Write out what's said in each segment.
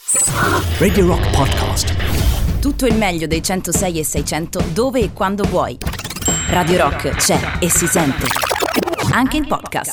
Radio Rock Podcast. Tutto il meglio dei 106 e 600 dove e quando vuoi. Radio Rock c'è e si sente anche in podcast.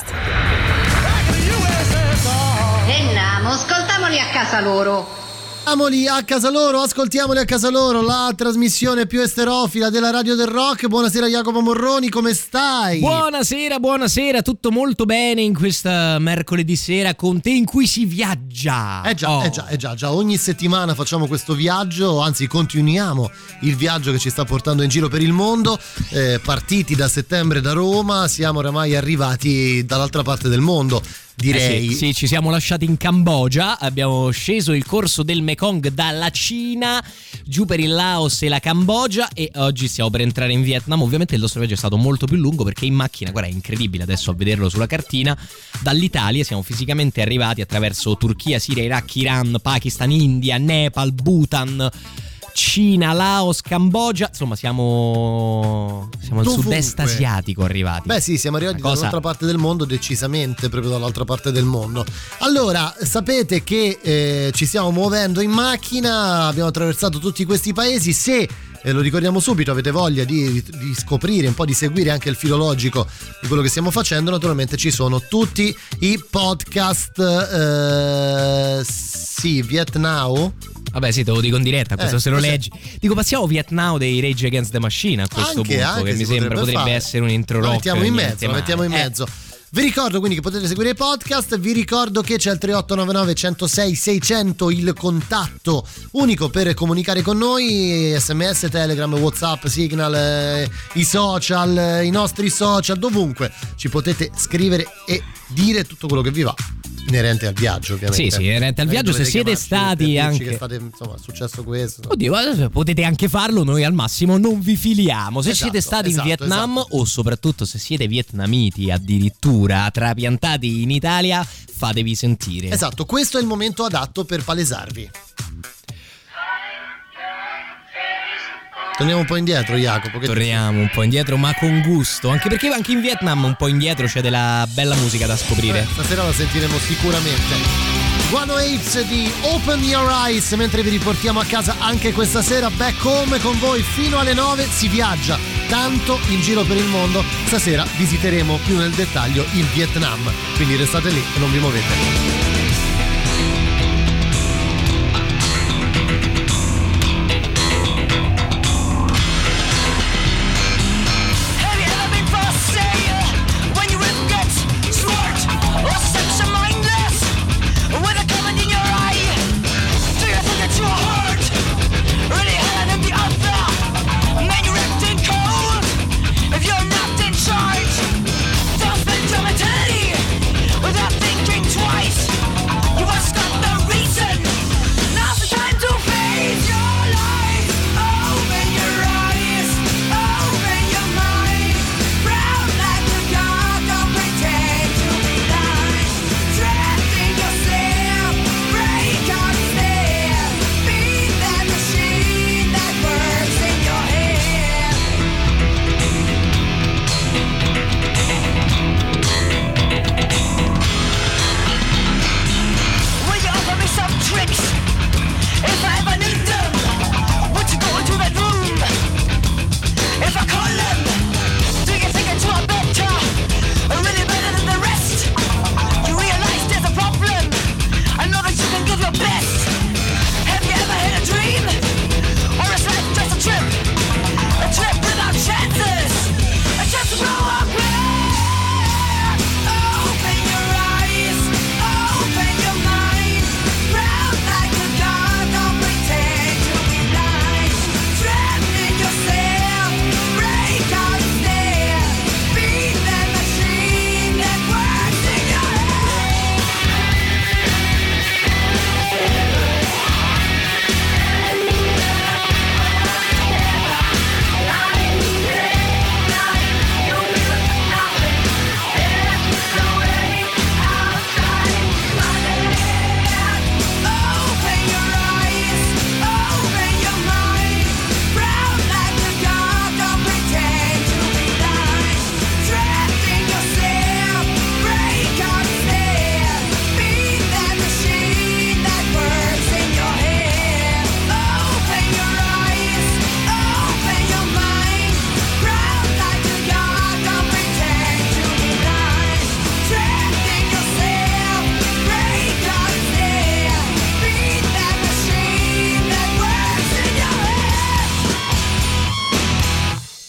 Andiamo, ascoltamoli a casa loro. Ascoltiamoli a casa loro, la trasmissione più esterofila della Radio del Rock. Buonasera Jacopo Morroni, come stai? Buonasera, tutto molto bene in questa mercoledì sera con te in cui si viaggia. Già, ogni settimana facciamo questo viaggio, anzi continuiamo il viaggio che ci sta portando in giro per il mondo, partiti da settembre da Roma, siamo oramai arrivati dall'altra parte del mondo. Direi. Sì, ci siamo lasciati in Cambogia, abbiamo sceso il corso del Mekong dalla Cina giù per il Laos e la Cambogia e oggi stiamo per entrare in Vietnam. Ovviamente il nostro viaggio è stato molto più lungo perché in macchina, guarda, è incredibile adesso a vederlo sulla cartina, dall'Italia siamo fisicamente arrivati attraverso Turchia, Siria, Iraq, Iran, Pakistan, India, Nepal, Bhutan, Cina, Laos, Cambogia, insomma siamo al sud-est asiatico arrivati. Beh sì, siamo arrivati dall'altra parte del mondo, decisamente proprio dall'altra parte del mondo. Allora, sapete che ci stiamo muovendo in macchina, abbiamo attraversato tutti questi paesi. Se lo ricordiamo subito, avete voglia di scoprire un po', di seguire anche il filologico di quello che stiamo facendo, naturalmente ci sono tutti i podcast. Vietnam. Vabbè sì, te lo dico in diretta, questo se lo leggi. Dico, passiamo Vietnam dei Rage Against the Machine a questo punto, che mi sembra potrebbe essere un intro rock. Lo mettiamo in mezzo. Vi ricordo quindi che potete seguire i podcast, vi ricordo che c'è il 3899 106 600, il contatto unico per comunicare con noi, SMS, Telegram, WhatsApp, Signal, i social, i nostri social, dovunque ci potete scrivere e dire tutto quello che vi va. Inerente al viaggio, ovviamente. Sì, inerente al viaggio. Se siete stati anche che state, insomma, è successo questo. Oddio, potete anche farlo, noi al massimo non vi filiamo. Se siete stati in Vietnam o soprattutto se siete vietnamiti addirittura trapiantati in Italia, fatevi sentire. Esatto, questo è il momento adatto per palesarvi. Torniamo un po' indietro, Jacopo. Torniamo un po' indietro, ma con gusto. Anche perché anche in Vietnam un po' indietro c'è della bella musica da scoprire. Stasera la sentiremo sicuramente. 108 di Open Your Eyes, mentre vi riportiamo a casa anche questa sera. Back home con voi fino alle 9. Si viaggia tanto in giro per il mondo. Stasera visiteremo più nel dettaglio il Vietnam. Quindi restate lì e non vi muovete. Without thinking twice,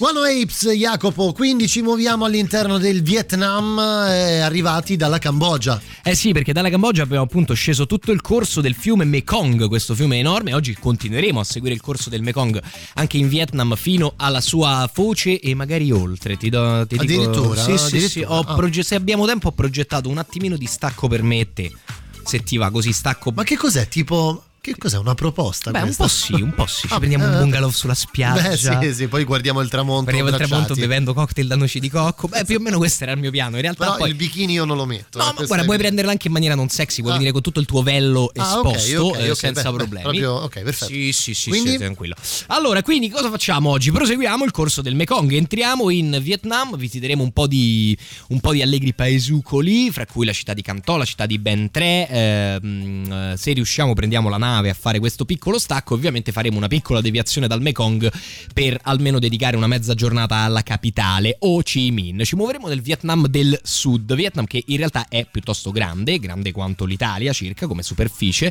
Guano Apes, Jacopo, quindi ci muoviamo all'interno del Vietnam, arrivati dalla Cambogia. Eh sì, perché dalla Cambogia abbiamo appunto sceso tutto il corso del fiume Mekong, questo fiume enorme. Oggi continueremo a seguire il corso del Mekong anche in Vietnam fino alla sua foce e magari oltre. Ti Addirittura? Dico, sì, Addirittura. se abbiamo tempo ho progettato un attimino di stacco per me e te. Se ti va così stacco. Ma che cos'è? Tipo... Che cos'è? Una proposta? Beh, questa? un po' sì. Ci prendiamo un bungalow sulla spiaggia. Beh, sì, poi guardiamo il tramonto. Guardiamo il tramonto abbracciati. bevendo cocktail da noci di cocco. Beh, più o meno questo era il mio piano. In realtà Però poi il bikini io non lo metto. No, ma guarda, puoi prenderla anche in maniera non sexy, puoi venire con tutto il tuo vello esposto, ok, senza problemi. Proprio, ok, perfetto. Sì, Quindi? tranquillo. Allora, quindi cosa facciamo oggi? Proseguiamo il corso del Mekong, entriamo in Vietnam, visiteremo un po' di allegri paesucoli, fra cui la città di Can Tho, la città di Ben Tre. Se riusciamo prendiamo la nave a fare questo piccolo stacco, ovviamente faremo una piccola deviazione dal Mekong per almeno dedicare una mezza giornata alla capitale, Ho Chi Minh. Ci muoveremo nel Vietnam del Sud, Vietnam che in realtà è piuttosto grande quanto l'Italia circa come superficie,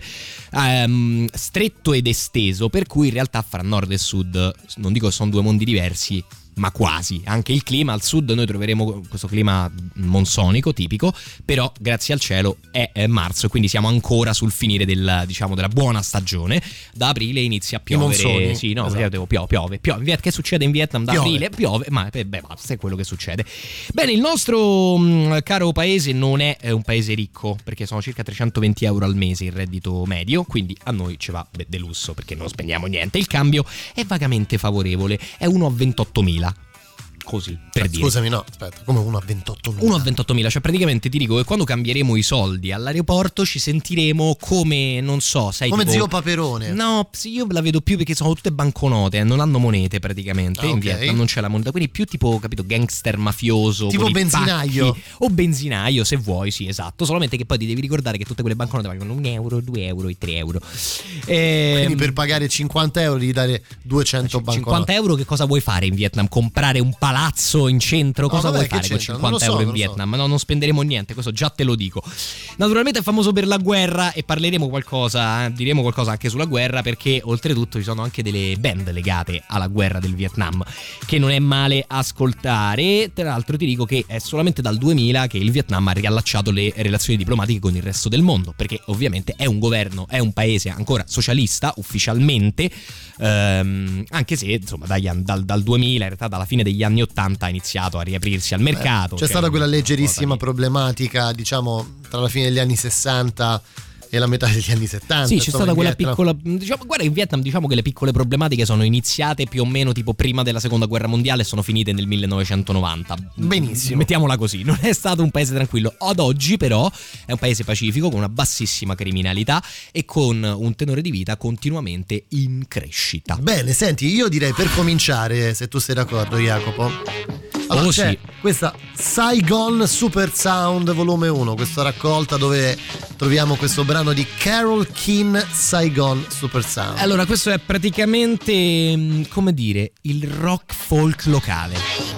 stretto ed esteso, per cui in realtà fra nord e sud non dico che sono due mondi diversi, ma quasi. Anche il clima, al sud noi troveremo questo clima monsonico tipico, però grazie al cielo è marzo, quindi siamo ancora sul finire della buona stagione. Da aprile inizia a piovere. Sì, no, esatto. Piove. Che succede in Vietnam da aprile? Piove, ma basta, è quello che succede. Bene, il nostro caro paese non è un paese ricco, perché sono circa 320 euro al mese il reddito medio, quindi a noi ci va de lusso perché non spendiamo niente. Il cambio è vagamente favorevole, è 1 a 28.000. Così, per dire. Scusami, no, aspetta, come 1 a 28.000? 1 a 28.000, cioè praticamente ti dico che quando cambieremo i soldi all'aeroporto ci sentiremo come, non so, sai, come tipo, zio Paperone. No, sì, io la vedo più perché sono tutte banconote, non hanno monete praticamente, in Vietnam non c'è la moneta, quindi più tipo, capito, gangster mafioso, tipo benzinaio. O benzinaio, se vuoi, sì, esatto, solamente che poi ti devi ricordare che tutte quelle banconote valgono 1 euro, 2 euro e 3 euro. Quindi per pagare 50 euro devi dare 200 banconote. 50 euro che cosa vuoi fare in Vietnam? Comprare un palazzo in centro? Cosa vuoi fare con 50 euro in Vietnam? No, non spenderemo niente, questo già te lo dico. Naturalmente è famoso per la guerra e parleremo qualcosa, diremo qualcosa anche sulla guerra, perché oltretutto ci sono anche delle band legate alla guerra del Vietnam che non è male ascoltare. Tra l'altro ti dico che è solamente dal 2000 che il Vietnam ha riallacciato le relazioni diplomatiche con il resto del mondo, perché ovviamente è un governo, è un paese ancora socialista ufficialmente, anche se insomma dal 2000, in realtà dalla fine degli anni 80 ha iniziato a riaprirsi al mercato. C'è stata quella leggerissima problematica, diciamo, tra la fine degli anni 60 e la metà degli anni 70. Sì, c'è stata quella piccola, diciamo, guarda, in Vietnam diciamo che le piccole problematiche sono iniziate più o meno tipo prima della seconda guerra mondiale e sono finite nel 1990. Benissimo, mettiamola così, non è stato un paese tranquillo. Ad oggi però è un paese pacifico con una bassissima criminalità e con un tenore di vita continuamente in crescita. Bene, senti, io direi, per cominciare, se tu sei d'accordo, Jacopo, allora, c'è sì, questa Saigon Super Sound volume 1, questa raccolta dove troviamo questo brano di Carole King, Saigon Super Sound. Allora, questo è praticamente, come dire, il rock folk locale.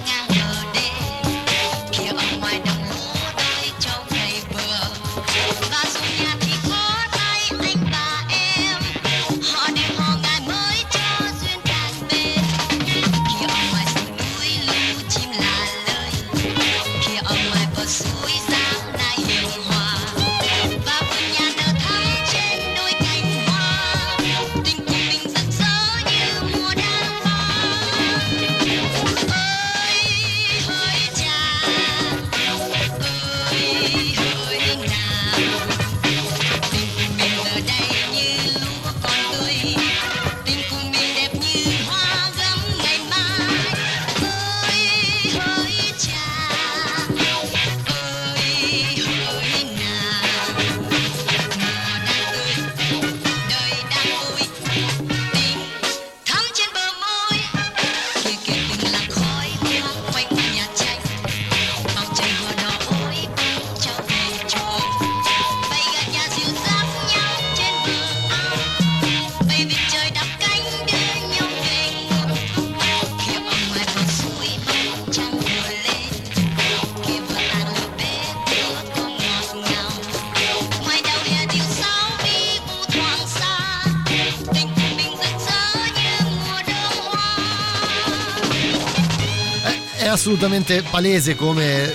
assolutamente palese come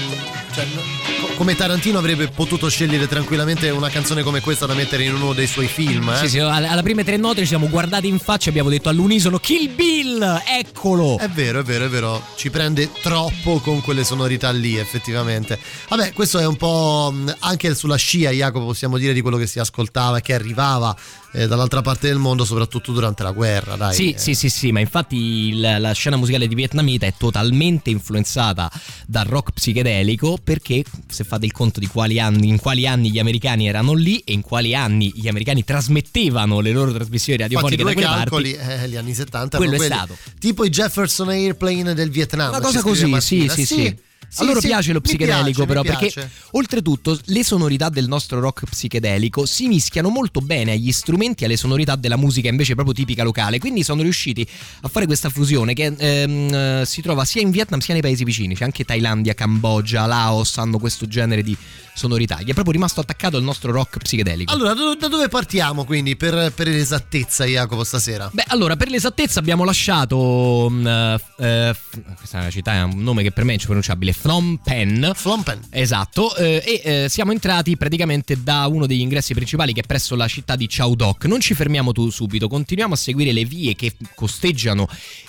Tarantino avrebbe potuto scegliere tranquillamente una canzone come questa da mettere in uno dei suoi film. Sì, alla prime 3 note ci siamo guardati in faccia e abbiamo detto all'unisono Kill Bill, eccolo. È vero, ci prende troppo con quelle sonorità lì, effettivamente. Vabbè, questo è un po' anche sulla scia, Jacopo, possiamo dire, di quello che si ascoltava e che arrivava dall'altra parte del mondo, soprattutto durante la guerra, dai. Sì, ma infatti la scena musicale di Vietnamita è totalmente influenzata dal rock psichedelico, perché se fate il conto di in quali anni gli americani erano lì e in quali anni gli americani trasmettevano le loro trasmissioni radiofoniche da quelle calcoli, parti, gli anni 70 quello è quelli, stato tipo i Jefferson Airplane del Vietnam, una cosa così, sì. A loro piace lo psichedelico, però, perché oltretutto le sonorità del nostro rock psichedelico si mischiano molto bene agli strumenti e alle sonorità della musica invece proprio tipica locale, quindi sono riusciti a fare questa fusione che si trova sia in Vietnam sia nei paesi vicini. C'è anche Thailandia, Cambogia, Laos, hanno questo genere di sonorità. Gli è proprio rimasto attaccato il nostro rock psichedelico. Allora, da dove partiamo quindi per l'esattezza, Jacopo, stasera? Beh, allora, per l'esattezza abbiamo lasciato questa è una città, è un nome che per me è impronunciabile, Phnom Penh. Esatto, e siamo entrati praticamente da uno degli ingressi principali, che è presso la città di Chau Doc. Non ci fermiamo subito, continuiamo a seguire le vie che costeggiano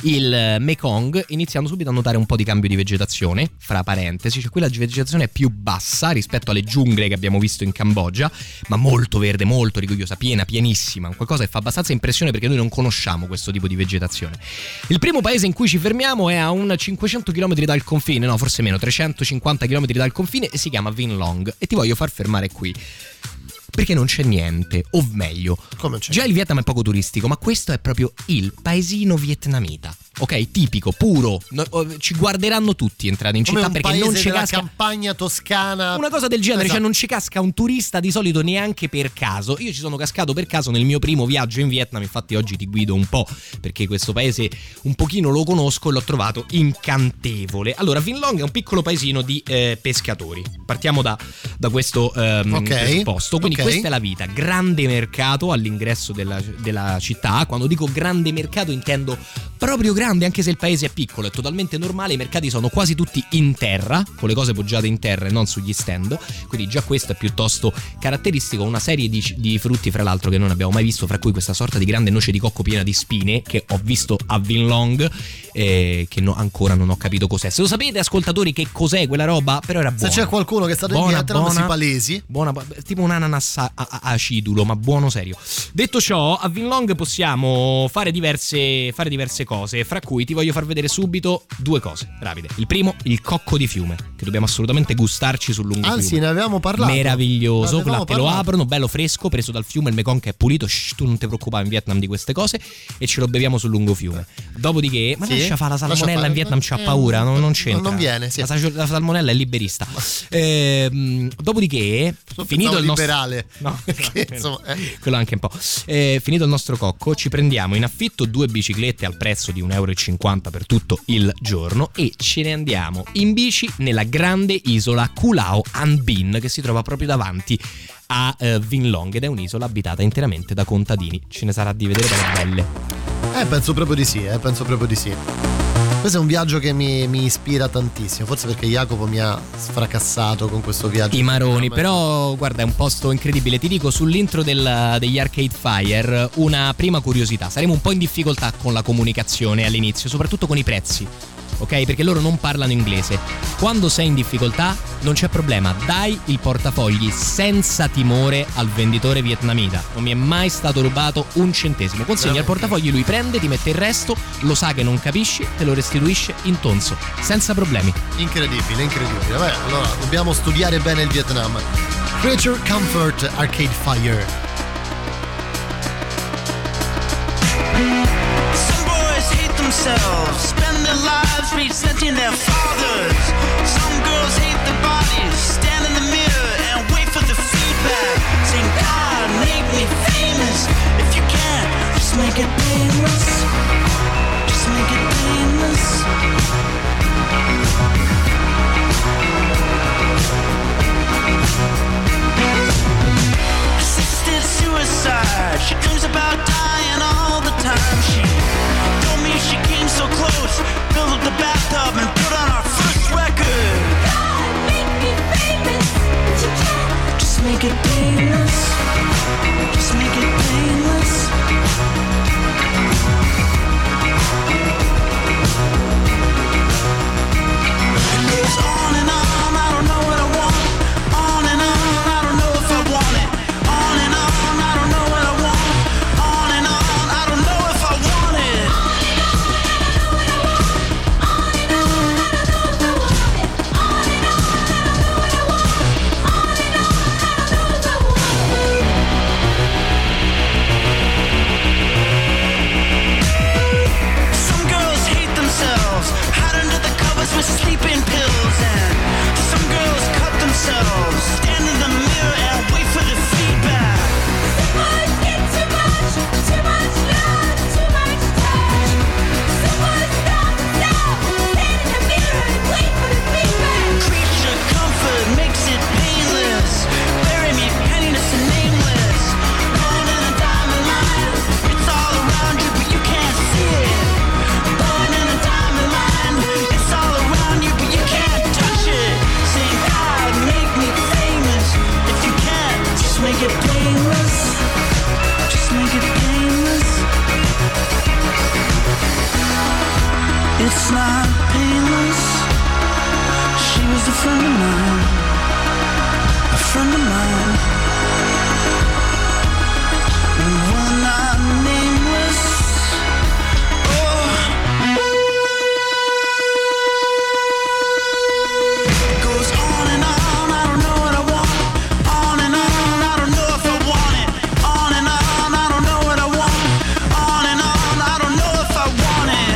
il Mekong, iniziando subito a notare un po' di cambio di vegetazione, fra parentesi, cioè qui la vegetazione è più bassa rispetto alle giungle che abbiamo visto in Cambogia, ma molto verde, molto rigogliosa, pienissima, qualcosa che fa abbastanza impressione perché noi non conosciamo questo tipo di vegetazione. Il primo paese in cui ci fermiamo è a un 500 km dal confine, no, forse meno, 350 km dal confine, e si chiama Vinh Long, e ti voglio far fermare qui perché non c'è niente, o meglio, come c'è? Già il Vietnam è poco turistico, ma questo è proprio il paesino vietnamita. Ok, tipico, puro, ci guarderanno tutti entrare in città perché non ci casca campagna toscana, una cosa del genere, esatto. Cioè non ci casca un turista di solito neanche per caso. Io ci sono cascato per caso nel mio primo viaggio in Vietnam, infatti oggi ti guido un po' perché questo paese un pochino lo conosco e l'ho trovato incantevole. Allora, Vinh Long è un piccolo paesino di pescatori. Partiamo da questo presupposto. Quindi questa è la vita, grande mercato all'ingresso della città. Quando dico grande mercato intendo proprio grande, anche se il paese è piccolo, è totalmente normale. I mercati sono quasi tutti in terra, con le cose poggiate in terra e non sugli stand, quindi già questo è piuttosto caratteristico. Una serie di frutti, fra l'altro, che non abbiamo mai visto, fra cui questa sorta di grande noce di cocco piena di spine che ho visto a Vinh Long, che ancora non ho capito cos'è. Se lo sapete, ascoltatori, che cos'è quella roba, però era buona. Se c'è qualcuno che è stato in Vietnam, si palesi. Buona, tipo un ananas acidulo, ma buono serio. Detto ciò, a Vinh Long possiamo fare diverse cose, fra cui ti voglio far vedere subito 2 cose rapide. Il primo, il cocco di fiume, che dobbiamo assolutamente gustarci sul lungo fiume. Anzi, ne avevamo parlato. Meraviglioso, te lo aprono, bello fresco, preso dal fiume, il Mekong è pulito, tu non ti preoccupare in Vietnam di queste cose, e ce lo beviamo sul lungo fiume. Dopodiché, ma lascia fare la salmonella, in Vietnam c'ha paura, non c'entra. Non viene, sì. La salmonella è liberista. Dopodiché, finito il nostro liberale. No, insomma, quello anche un po'. Finito il nostro cocco, ci prendiamo in affitto 2 biciclette al prezzo di €1,50 per tutto il giorno e ce ne andiamo in bici nella grande isola Cuu Lao An Binh, che si trova proprio davanti a Vinh Long, ed è un'isola abitata interamente da contadini. Ce ne sarà di vedere delle belle. Penso proprio di sì. Questo è un viaggio che mi ispira tantissimo, forse perché Jacopo mi ha sfracassato con questo viaggio. I maroni, però guarda, è un posto incredibile. Ti dico, sull'intro degli Arcade Fire, una prima curiosità: saremo un po' in difficoltà con la comunicazione all'inizio, soprattutto con i prezzi, ok? Perché loro non parlano inglese. Quando sei in difficoltà non c'è problema, dai il portafogli senza timore al venditore vietnamita. Non mi è mai stato rubato un centesimo. Consegna il portafogli, lui prende, ti mette il resto, lo sa che non capisci, te lo restituisce in tonso, senza problemi. Incredibile. Vabbè, allora dobbiamo studiare bene il Vietnam. Creature Comfort, Arcade Fire. Some boys hate themselves, spend their lives resenting their fathers. Some girls hate their bodies, stand in the mirror and wait for the feedback. Saying, God, make me famous. If you can't, just make it painless. Just make it painless. Assisted suicide, she dreams about dying all the time. She told me she came so close, filled up the bathtub and put make it painless. Just make it painless. It goes on and on, I don't know what I want. On and on, I don't know if I want it. On and on, I don't know what I want. On and on, I don't know if I want it. Some girls hate themselves, hide under the covers with sleeping pills, and some girls cut themselves, stand in the mirror and wait for the feedback. Creature comfort makes it painless. Bury me penniless and nameless. Born in a diamond line, it's all around you but you can't see it. Born in a diamond line, it's all around you but you can't touch it. Saying God make me famous. If you can't, just make it painless. Just make it painless. It's not painless. She was a friend of mine. A friend of mine. And one I'm nameless. Goes on and on, I don't know what I want. On and on, I don't know if I want it. On and on, I don't know what I want. On and on, I don't know if I want it.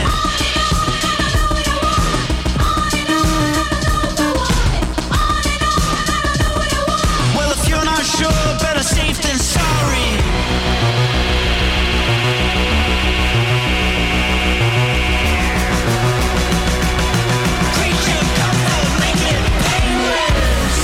Well, if you're not sure, better safe than sorry. Creature comfort, make it painless.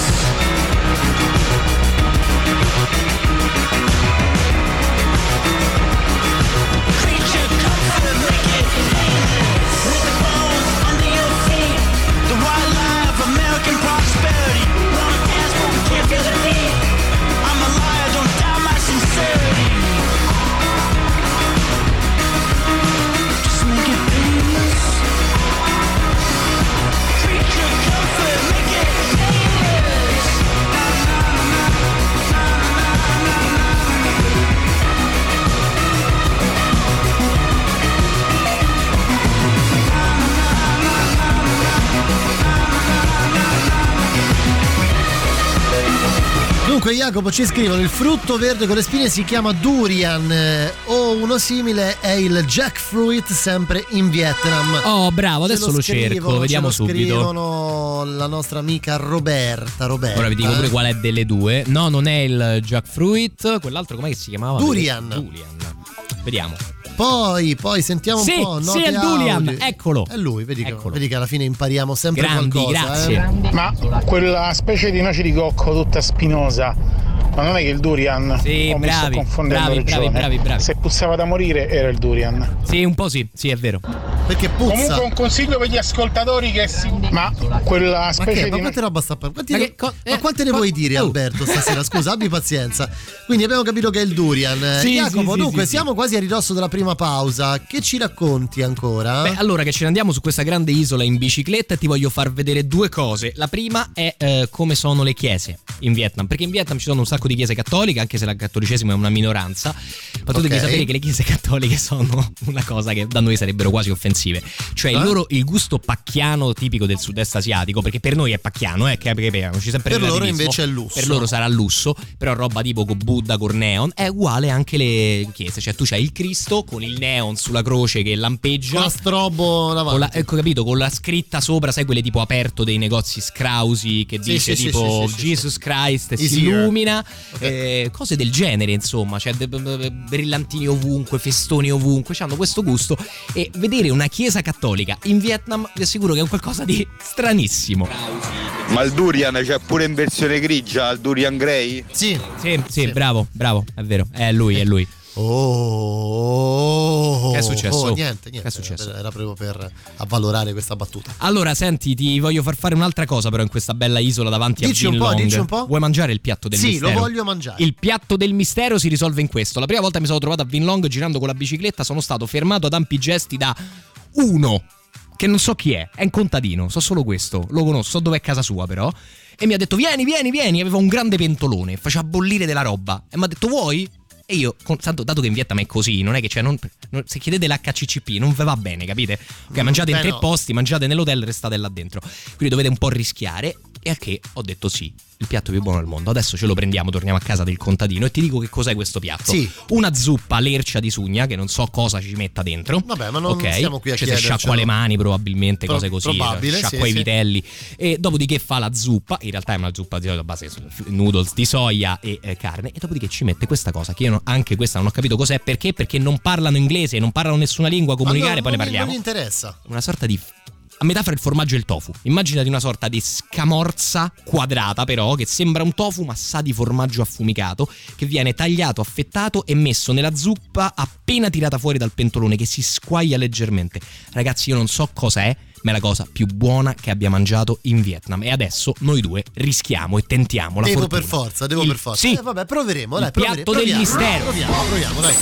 Creature comfort, make it painless. With the bones under your feet, the white lie of American prosperity. Wanna dance but we can't feel the beat. I'm a liar, don't doubt my sincerity. Just make it painless. Creature comfort, make it painless. Dunque Jacopo ci scrivono: il frutto verde con le spine si chiama durian, o uno simile è il jackfruit, sempre in Vietnam. Oh, bravo, adesso lo cerco, vediamo subito. Scrivono la nostra amica Roberta. Ora vi dico pure qual è delle due. No, non è il jackfruit, quell'altro com'è che si chiamava? Durian. Vediamo. Poi sentiamo Sì, un po'. sì, è il durian, eccolo. È lui, vedi Eccolo. che alla fine impariamo sempre Grandi, qualcosa. grazie. Ma quella specie di noce di cocco tutta spinosa, ma non è che il durian? Sì, O mi sto bravi, confondendo regione? bravi. Se puzzava da morire era il durian. Sì, un po' sì, è vero. Perché puzza. Comunque un consiglio per gli ascoltatori che ma quella specie Ma di quante roba sta parlando? Ma Quante ne vuoi dire, Alberto, stasera? Scusa, abbi pazienza. Quindi abbiamo capito che è il durian. Sì, Jacopo, sì, dunque sì. siamo quasi a ridosso della prima pausa. Che ci racconti ancora? Beh, allora che ce ne andiamo su questa grande isola in bicicletta e ti voglio far vedere due cose. La prima è come sono le chiese in Vietnam, perché in Vietnam ci sono un sacco di chiese cattoliche, anche se il cattolicesimo è una minoranza. Ma tu devi sapere che le chiese cattoliche sono una cosa che da noi sarebbero quasi offensive. Cioè il gusto pacchiano tipico del sud-est asiatico, perché per noi è pacchiano, capiamoci sempre. Per loro relativismo. invece è lusso. Per loro sarà lusso, però roba tipo con Buddha, con neon, è uguale anche le chiese. Cioè tu c'hai il Cristo con il neon sulla croce che lampeggia, con la strobo davanti, ecco, capito, con la scritta sopra, sai, quelle tipo aperto dei negozi scrausi che dice tipo Jesus Christ e si illumina, cose del genere, insomma, cioè brillantini ovunque, festoni ovunque, hanno questo gusto. E vedere una chiesa cattolica in Vietnam vi assicuro che è un qualcosa di stranissimo. Ma il durian c'è pure in versione grigia, il durian grey? Sì, bravo, è vero, è lui. Oh, Che è successo? Niente. Che è successo? Era proprio per avvalorare questa battuta. Allora, senti, ti voglio far fare un'altra cosa però in questa bella isola davanti Dici a Vinlong. dici un po'. Vuoi mangiare il piatto del mistero? Sì, lo voglio mangiare. Il piatto del mistero si risolve in questo. La prima volta mi sono trovato a Vinlong girando con la bicicletta, sono stato fermato ad ampi gesti da uno che non so chi è un contadino, so solo questo, lo conosco, so dov'è casa sua però, e mi ha detto vieni, aveva un grande pentolone, faceva bollire della roba e mi ha detto vuoi? E io, tanto dato che in Vietnam è così, non è che se chiedete l'HCCP non ve va bene, capite? Ok, mangiate in 3 posti, mangiate nell'hotel, restate là dentro, quindi dovete un po' rischiare. E a che ho detto sì, il piatto più buono del mondo. Adesso ce lo prendiamo, torniamo a casa del contadino e ti dico che cos'è questo piatto. Sì. Una zuppa lercia di sugna, che non so cosa ci metta dentro. Vabbè, ma non siamo qui a chiedercelo. Sciacqua le mani probabilmente, cose così. Probabile, sciacqua i vitelli. E dopodiché fa la zuppa, in realtà è una zuppa di base noodles di soia e carne. E dopodiché ci mette questa cosa, che io anche questa non ho capito cos'è, perché non parlano inglese, non parlano nessuna lingua, comunicare, poi ne parliamo. Non mi interessa. Una sorta di... a metà fra il formaggio e il tofu. Immaginati una sorta di scamorza quadrata però, che sembra un tofu ma sa di formaggio affumicato, che viene tagliato, affettato e messo nella zuppa appena tirata fuori dal pentolone, che si squaglia leggermente. Ragazzi, io non so cosa è, ma è la cosa più buona che abbia mangiato in Vietnam. E adesso noi due rischiamo e tentiamo la fortuna. Per forza. Sì. Vabbè, proveremo, il piatto del mistero. Proviamo, dai.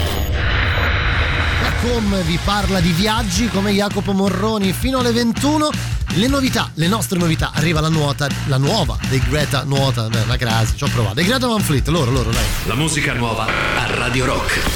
Com vi parla di viaggi come Jacopo Morroni fino alle 21. Le novità, le nostre novità. Arriva la nuova dei Greta Nuota. La crasi, ci ho provato. Dei Greta Van Fleet, loro, dai. La musica nuova a Radio Rock.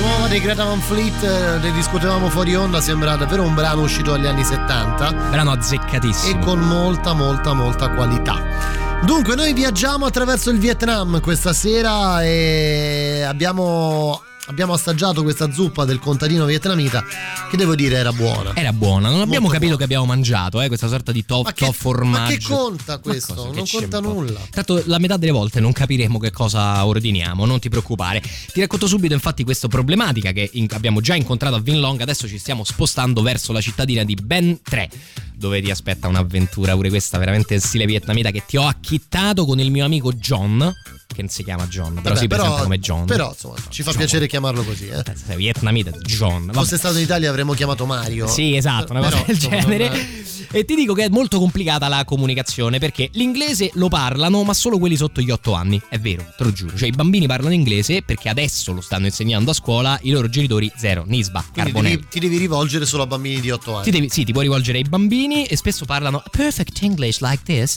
nuova dei Greta Van Fleet, ne discutevamo fuori onda, sembra davvero un brano uscito negli anni 70. Brano azzeccatissimo. E con molta qualità. Dunque, noi viaggiamo attraverso il Vietnam questa sera e abbiamo assaggiato questa zuppa del contadino vietnamita, che devo dire era buona. Non abbiamo capito che abbiamo mangiato, questa sorta di top formaggio. Ma che conta questo? Non conta nulla. Tanto la metà delle volte non capiremo che cosa ordiniamo, non ti preoccupare. Ti racconto subito infatti questa problematica che abbiamo già incontrato a Vinh Long. Adesso ci stiamo spostando verso la cittadina di Bến Tre, dove ti aspetta un'avventura pure questa veramente in stile vietnamita, che ti ho acchittato con il mio amico John, che non si chiama John, però si presenta come John. Però insomma ci fa piacere chiamarlo così. Sei vietnamita, John. Fosse stato in Italia avremmo chiamato Mario. Sì, esatto, una cosa del genere. E ti dico che è molto complicata la comunicazione, perché l'inglese lo parlano ma solo quelli sotto gli 8 anni. È vero, te lo giuro. Cioè i bambini parlano inglese perché adesso lo stanno insegnando a scuola, i loro genitori zero, nisba, carbonello. Ti devi rivolgere solo a bambini di 8 anni. Ti puoi rivolgere ai bambini e spesso parlano perfect English like this.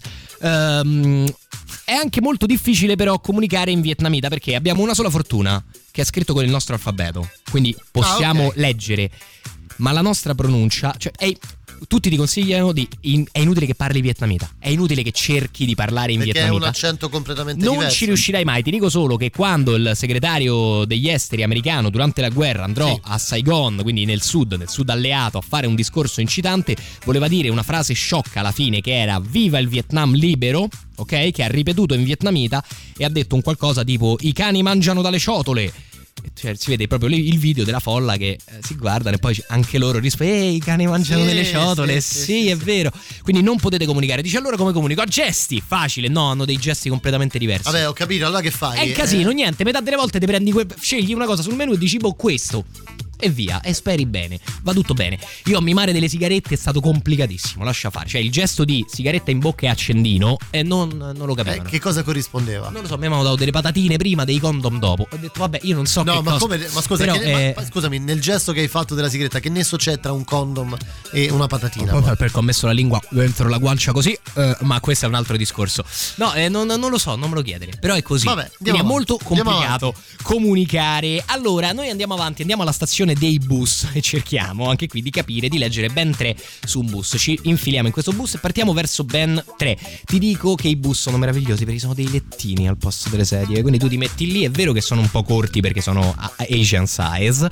È anche molto difficile però comunicare in vietnamita, perché abbiamo una sola fortuna, che è scritto con il nostro alfabeto, quindi possiamo leggere, ma la nostra pronuncia, cioè tutti ti consigliano è inutile che parli vietnamita, è inutile che cerchi di parlare in vietnamita, perché è un accento completamente diverso. Non ci riuscirai mai. Ti dico solo che quando il segretario degli esteri americano durante la guerra andrò a Saigon, quindi nel sud alleato, a fare un discorso incitante, voleva dire una frase sciocca alla fine che era viva il Vietnam libero, ok? Che ha ripetuto in vietnamita e ha detto un qualcosa tipo i cani mangiano dalle ciotole. Cioè, si vede proprio il video della folla che si guardano e poi anche loro rispondono i cani mangiano delle ciotole. Sì, è vero. Quindi non potete comunicare. Dice allora come comunico? A gesti, facile. No, hanno dei gesti completamente diversi. Vabbè, ho capito, allora che fai? È un casino, niente. Metà delle volte ti prendi scegli una cosa sul menù e dici questo e via, e speri bene, va tutto bene. Io a mimare delle sigarette è stato complicatissimo, lascia fare. Cioè il gesto di sigaretta in bocca e accendino e non lo capivano. Che cosa corrispondeva? Non lo so, mi hanno dato delle patatine prima, dei condom dopo. Ho detto vabbè, io non so che cosa. Ma scusa, però, scusami, nel gesto che hai fatto della sigaretta, che nesso c'è tra un condom e una patatina? Perché ho messo la lingua dentro la guancia così, ma questo è un altro discorso. No, non lo so, non me lo chiedere. Però è così. Vabbè, quindi è molto complicato comunicare. Allora, noi andiamo avanti, andiamo alla stazione dei bus e cerchiamo anche qui di capire, di leggere Bến Tre su un bus. Ci infiliamo in questo bus e partiamo verso Bến Tre. Ti dico che i bus sono meravigliosi perché sono dei lettini al posto delle sedie, quindi tu ti metti lì. È vero che sono un po' corti perché sono Asian size,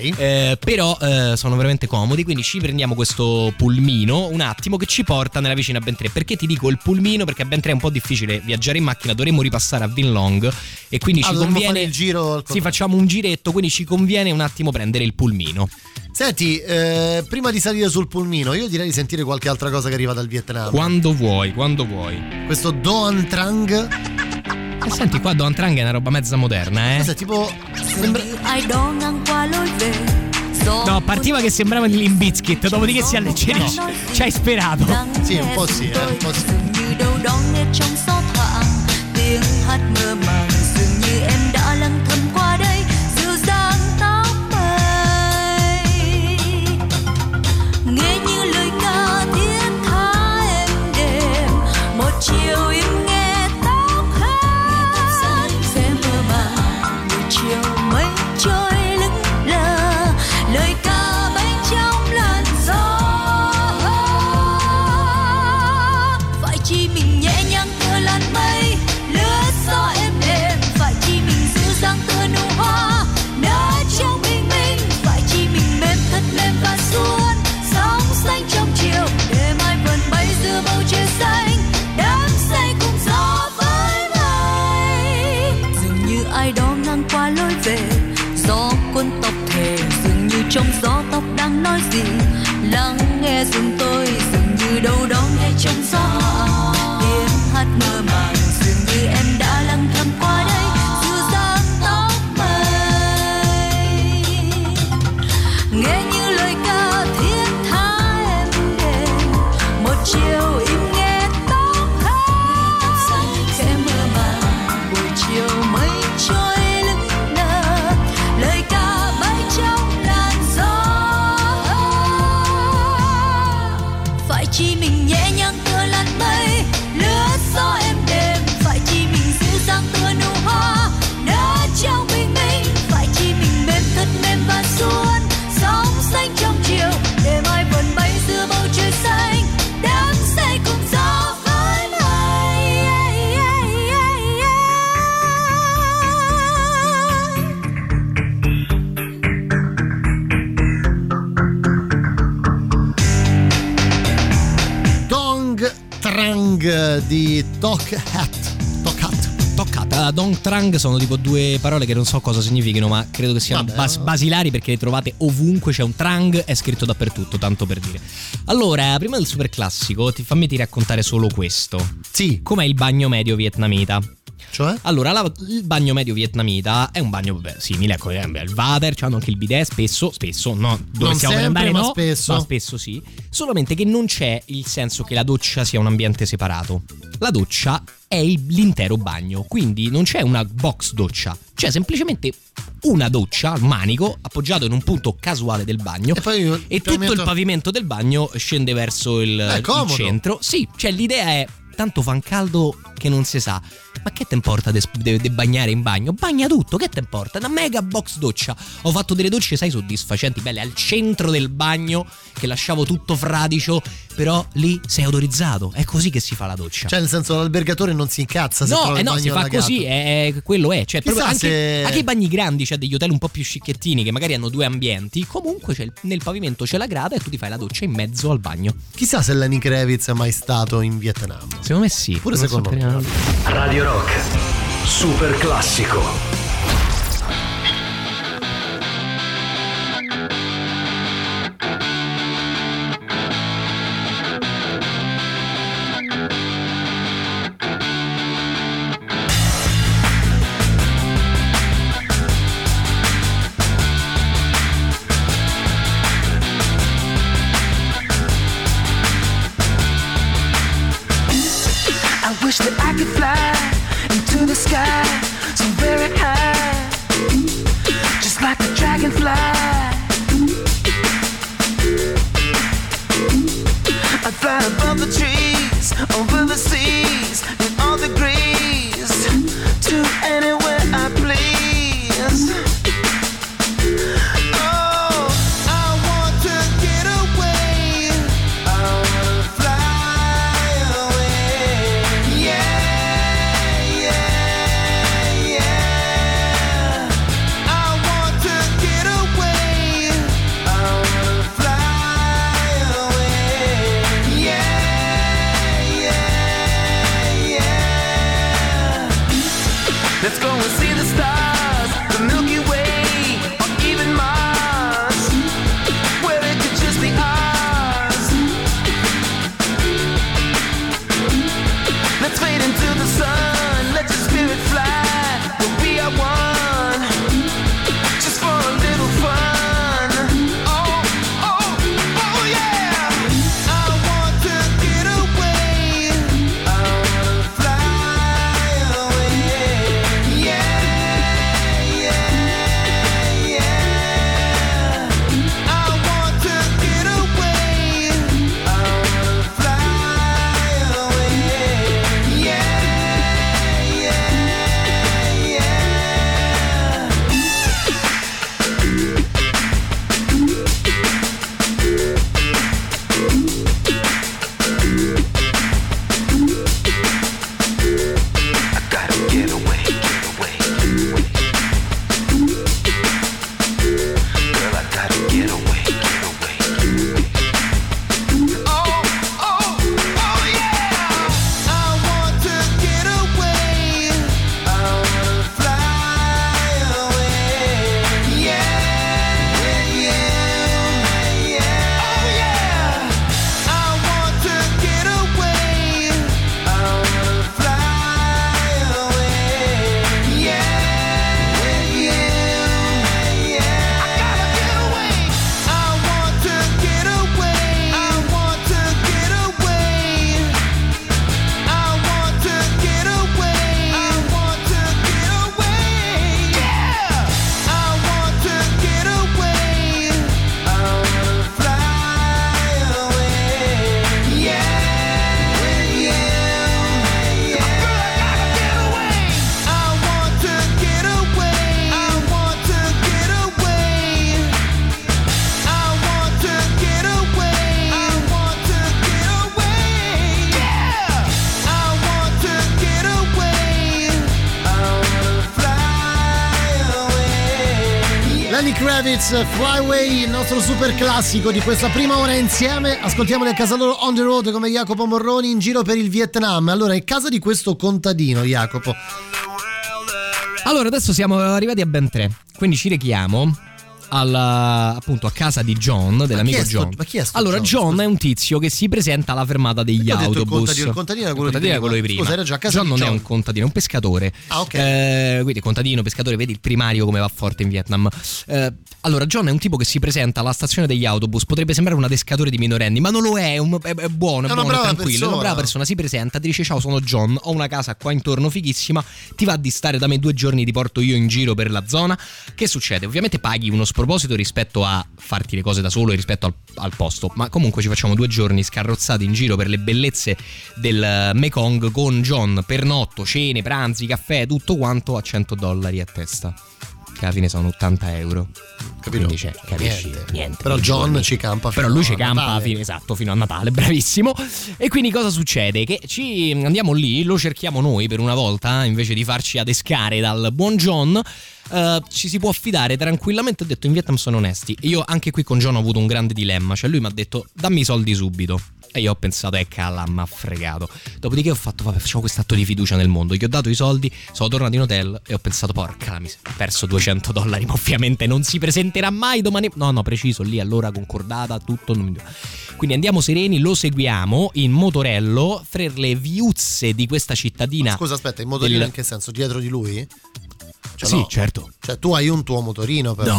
però sono veramente comodi. Quindi ci prendiamo questo pulmino un attimo che ci porta nella vicina Bến Tre. Perché ti dico il pulmino? Perché a Bến Tre è un po' difficile viaggiare in macchina, dovremmo ripassare a Vinh Long e quindi ci conviene fare il giro. Sì, facciamo un giretto, quindi ci conviene un attimo prendere il pulmino. Senti, prima di salire sul pulmino, io direi di sentire qualche altra cosa che arriva dal Vietnam. Quando vuoi. Questo Doan Trang. Senti, qua Doan Trang è una roba mezza moderna, Cosa, tipo No, partiva che sembrava di Limp Bizkit, dopodiché si alleggerisce. Ci hai sperato. Sì, un po' sì, un po' sì. Nghe như lời ca thiết tha êm đềm, một chiều im nghe tóc hát sẽ mơ màng buổi chiều mây trôi lững lờ, lời ca bay trong làn gió. Phải chi mình nhẹ nhàng thơ làn mây lướt gió êm đềm, phải chi mình dịu dàng thơ nụ hoa nở trong bình minh, phải chi mình mềm thật mềm và suốt xanh trong chiều để mai vườn bay giữa bầu trời xanh, đắm say cùng gió với mây. Dường như ai đó ngang qua lối về, gió cuốn tóc thề, dường như trong gió tóc đang nói gì, lắng nghe dùm tôi, dường như đâu đó nghe trong gió tiếng hát mơ màng, dường như em đã lặng thầm qua đây dịu dàng tóc mây. Nghe như lời ca thiết tha chiều im nghe tóc hát khẽ mơ màng buổi chiều mây trôi lững lờ, lời ca bay trong làn gió. Phải chi mình nhẹ nhàng thơ làn mây lướt gió êm đềm, phải chi mình dịu dàng tựa nụ hoa nở trong bình minh, phải chi mình mềm thật mềm Trang di Tok Hat. Dong Trang sono tipo due parole che non so cosa significhino, ma credo che siano basilari perché le trovate ovunque. C'è un Trang, è scritto dappertutto, tanto per dire. Allora, prima del super classico, fammi raccontare solo questo. Sì. Com'è il bagno medio vietnamita? Cioè? Allora, il bagno medio vietnamita è un bagno simile al water, c'hanno anche il bidet, spesso, no, dove non stiamo sempre, per andare ma no, spesso. ma spesso sì. Solamente che non c'è il senso che la doccia sia un ambiente separato. La doccia è l'intero bagno, quindi non c'è una box doccia, c'è semplicemente una doccia, manico, appoggiato in un punto casuale del bagno e tutto il pavimento del bagno scende verso il centro. Sì, cioè l'idea è: tanto fan caldo che non si sa, ma che te importa de bagnare in bagno? Bagna tutto, che te importa? Una mega box doccia. Ho fatto delle docce, sai, soddisfacenti, belle, al centro del bagno, che lasciavo tutto fradicio, però lì sei autorizzato. È così che si fa la doccia. Cioè, nel senso, l'albergatore non si incazza se trova il bagno si fa allagato. così, quello è. Cioè, proprio se... anche i bagni grandi, cioè degli hotel un po' più scicchettini che magari hanno due ambienti, comunque nel pavimento c'è la grata e tu ti fai la doccia in mezzo al bagno. Chissà se Lenny Kravitz è mai stato in Vietnam. Secondo me sì. Pure secondo me. Radio Rock, super classico. Wish that I could fly into the sky so very high. Kravitz, Flyway, il nostro super classico di questa prima ora insieme. Ascoltiamoli a casa loro on the road come Jacopo Morroni in giro per il Vietnam. Allora, è casa di questo contadino, Jacopo. Allora, adesso siamo arrivati a ben 3, quindi ci rechiamo appunto a casa di John, dell'amico John. Ma chi è sto allora, John è un tizio che si presenta alla fermata degli autobus. Il contadino era quello di prima. Scusa, era già a casa John di non John. è un contadino, è un pescatore. Ah, ok. Quindi contadino, pescatore, vedi il primario come va forte in Vietnam. Allora, John è un tipo che si presenta alla stazione degli autobus, potrebbe sembrare un adescatore di minorenni, ma non lo è, è buono, è tranquillo, è una brava persona, si presenta, ti dice: ciao, sono John, ho una casa qua intorno fighissima, ti va di stare da me 2 giorni, ti porto io in giro per la zona. Che succede? Ovviamente paghi uno sproposito rispetto a farti le cose da solo e rispetto al posto, ma comunque ci facciamo 2 giorni scarrozzati in giro per le bellezze del Mekong con John, pernotto, cene, pranzi, caffè, tutto quanto a $100 a testa, che alla fine sono 80 euro. Capito? Quindi capisci niente. Però John ci campa fino Però lui ci campa Natale. esatto, fino a Natale, bravissimo. E quindi cosa succede? Che ci andiamo lì, lo cerchiamo noi per una volta, invece di farci adescare dal buon John. Ci si può affidare tranquillamente. Ho detto: in Vietnam sono onesti. Io anche qui con John ho avuto un grande dilemma. Cioè lui mi ha detto: dammi i soldi subito. E io ho pensato: calla, m'ha fregato. Dopodiché ho fatto: vabbè, facciamo quest'atto di fiducia nel mondo. Gli ho dato i soldi, sono tornato in hotel e ho pensato: porca la miseria, ho perso $200, ma ovviamente non si presenterà mai domani. No, preciso, lì all'ora concordata, tutto. Quindi andiamo sereni, lo seguiamo in motorello fra le viuzze di questa cittadina. Ma scusa, aspetta, in motorino in che senso? Dietro di lui? Cioè, sì, no. Certo. Cioè tu hai un tuo motorino però.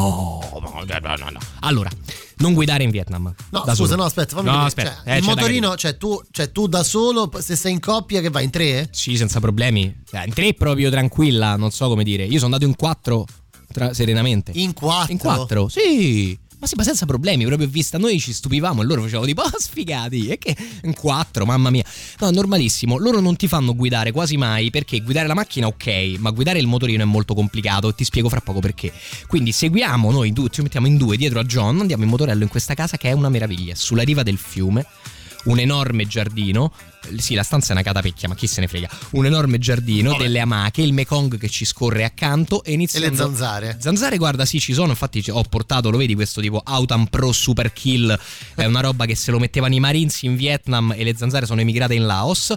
No. Allora, non guidare in Vietnam. No, scusa, solo. no, aspetta, fammi vedere. Aspetta. Cioè, il motorino, cioè tu da solo, se sei in coppia, che vai in 3? Sì, senza problemi. In 3 proprio tranquilla, non so come dire. Io sono andato in 4 serenamente. In 4? In 4, sì. Ma senza problemi, proprio vista. Noi ci stupivamo e loro facevano tipo: sfigati, e che in 4, mamma mia. No, normalissimo. Loro non ti fanno guidare quasi mai, perché guidare la macchina ok, ma guidare il motorino è molto complicato, e ti spiego fra poco perché. Quindi seguiamo noi due, ci mettiamo in 2 dietro a John, andiamo in motorello in questa casa che è una meraviglia, sulla riva del fiume, un enorme giardino. Sì, la stanza è una catapecchia, ma chi se ne frega. Un enorme giardino, delle amache, il Mekong che ci scorre accanto e iniziando... E le zanzare? Zanzare, guarda, sì, ci sono. Infatti ho portato, lo vedi, questo tipo Autumn Pro Super Kill. È una roba che se lo mettevano i Marines in Vietnam, e le zanzare sono emigrate in Laos.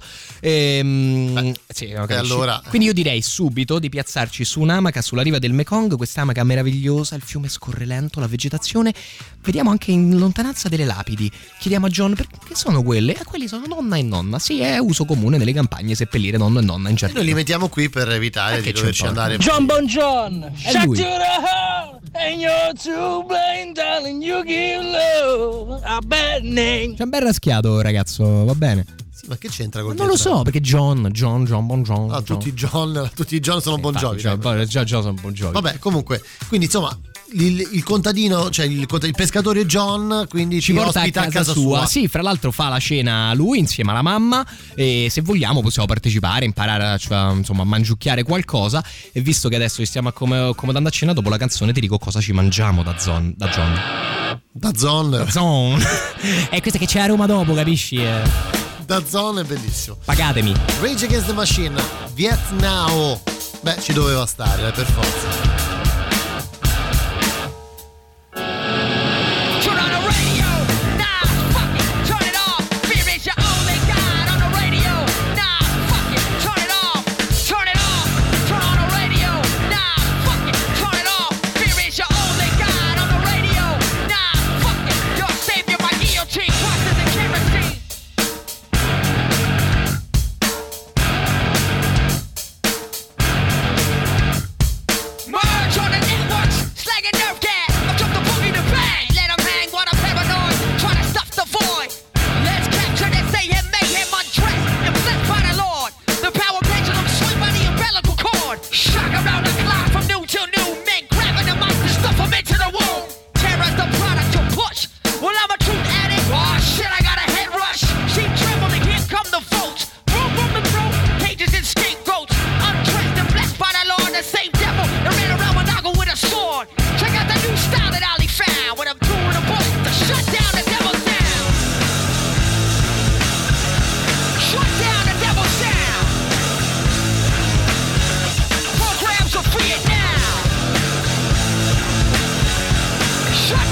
Sì, allora... Quindi io direi subito di piazzarci su un'amaca sulla riva del Mekong. Quest'amaca meravigliosa, il fiume scorre lento, la vegetazione. Vediamo anche in lontananza delle lapidi. Chiediamo a John: perché sono quelle? Quelli sono nonna e nonna. Sì, è uso comune nelle campagne seppellire nonno e nonna in giardino. E noi li mettiamo qui per evitare di doverci andare. John Bon John, è lui. And you're to blame, darling, you give love a bad name. C'è un bel raschiato, ragazzo, va bene. Sì, ma che c'entra col Non lo so, perché John, Bon John. Ah, tutti i John sono Bon Jovi. Già sono Bon Jovi. Vabbè, comunque, quindi insomma, il contadino, cioè il pescatore John, quindi ci porta ospita a casa sua. Sì, fra l'altro fa la cena lui insieme alla mamma, e se vogliamo possiamo partecipare, imparare insomma a mangiucchiare qualcosa. E visto che adesso ci stiamo accomodando a cena, dopo la canzone ti dico cosa ci mangiamo da John. È questa che c'è a Roma dopo, capisci? Da Zone è bellissimo. Pagatemi. Rage Against the Machine, Vietnam. Beh, ci doveva stare, per forza. Merge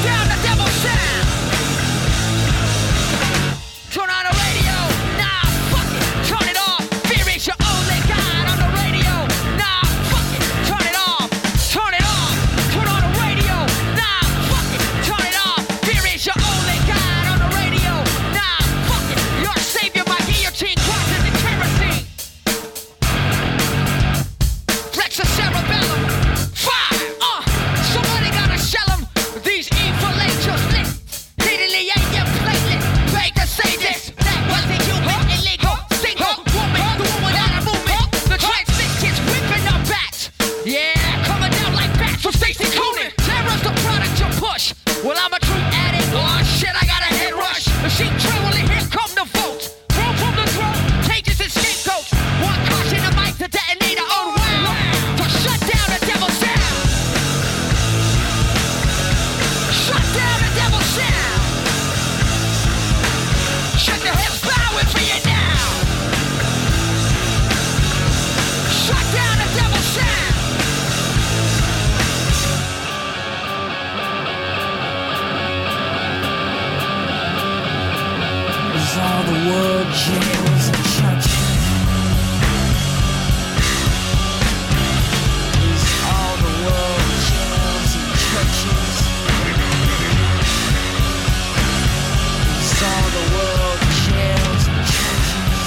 down the devil's sound. Turn on the radio, nah, fuck it, turn it off. Fear is your only guide on the radio, nah, fuck it, turn it off. Turn it off, turn on the radio, nah, fuck it, turn it off. Fear is your only guide on the radio, nah, fuck it, your savior by guillotine crosses the kerosene. Flex a cerebellum, fire, somebody gotta shell 'em. These evil angels lit, hiddenly ain't your platelet. Beg to say this, that wasn't human, illegal, single woman, the woman out of movement. The transvestites whipping our bats, yeah, coming down like bats from Stacey Coonan. Terror's the product you push. Well, I'm a true addict, oh shit, I got a head rush. Machine trembling, here come the votes. Roll from the throne, cages and scapegoats. One caution the mic to detonate our own wow. To shut down the devil's sound. Shut down the devil's sound. Shut the hips bowing for you now. Shut down the devil's sound. Is all the world jails and churches? Is all the world jails and churches? Is all the world jails and churches?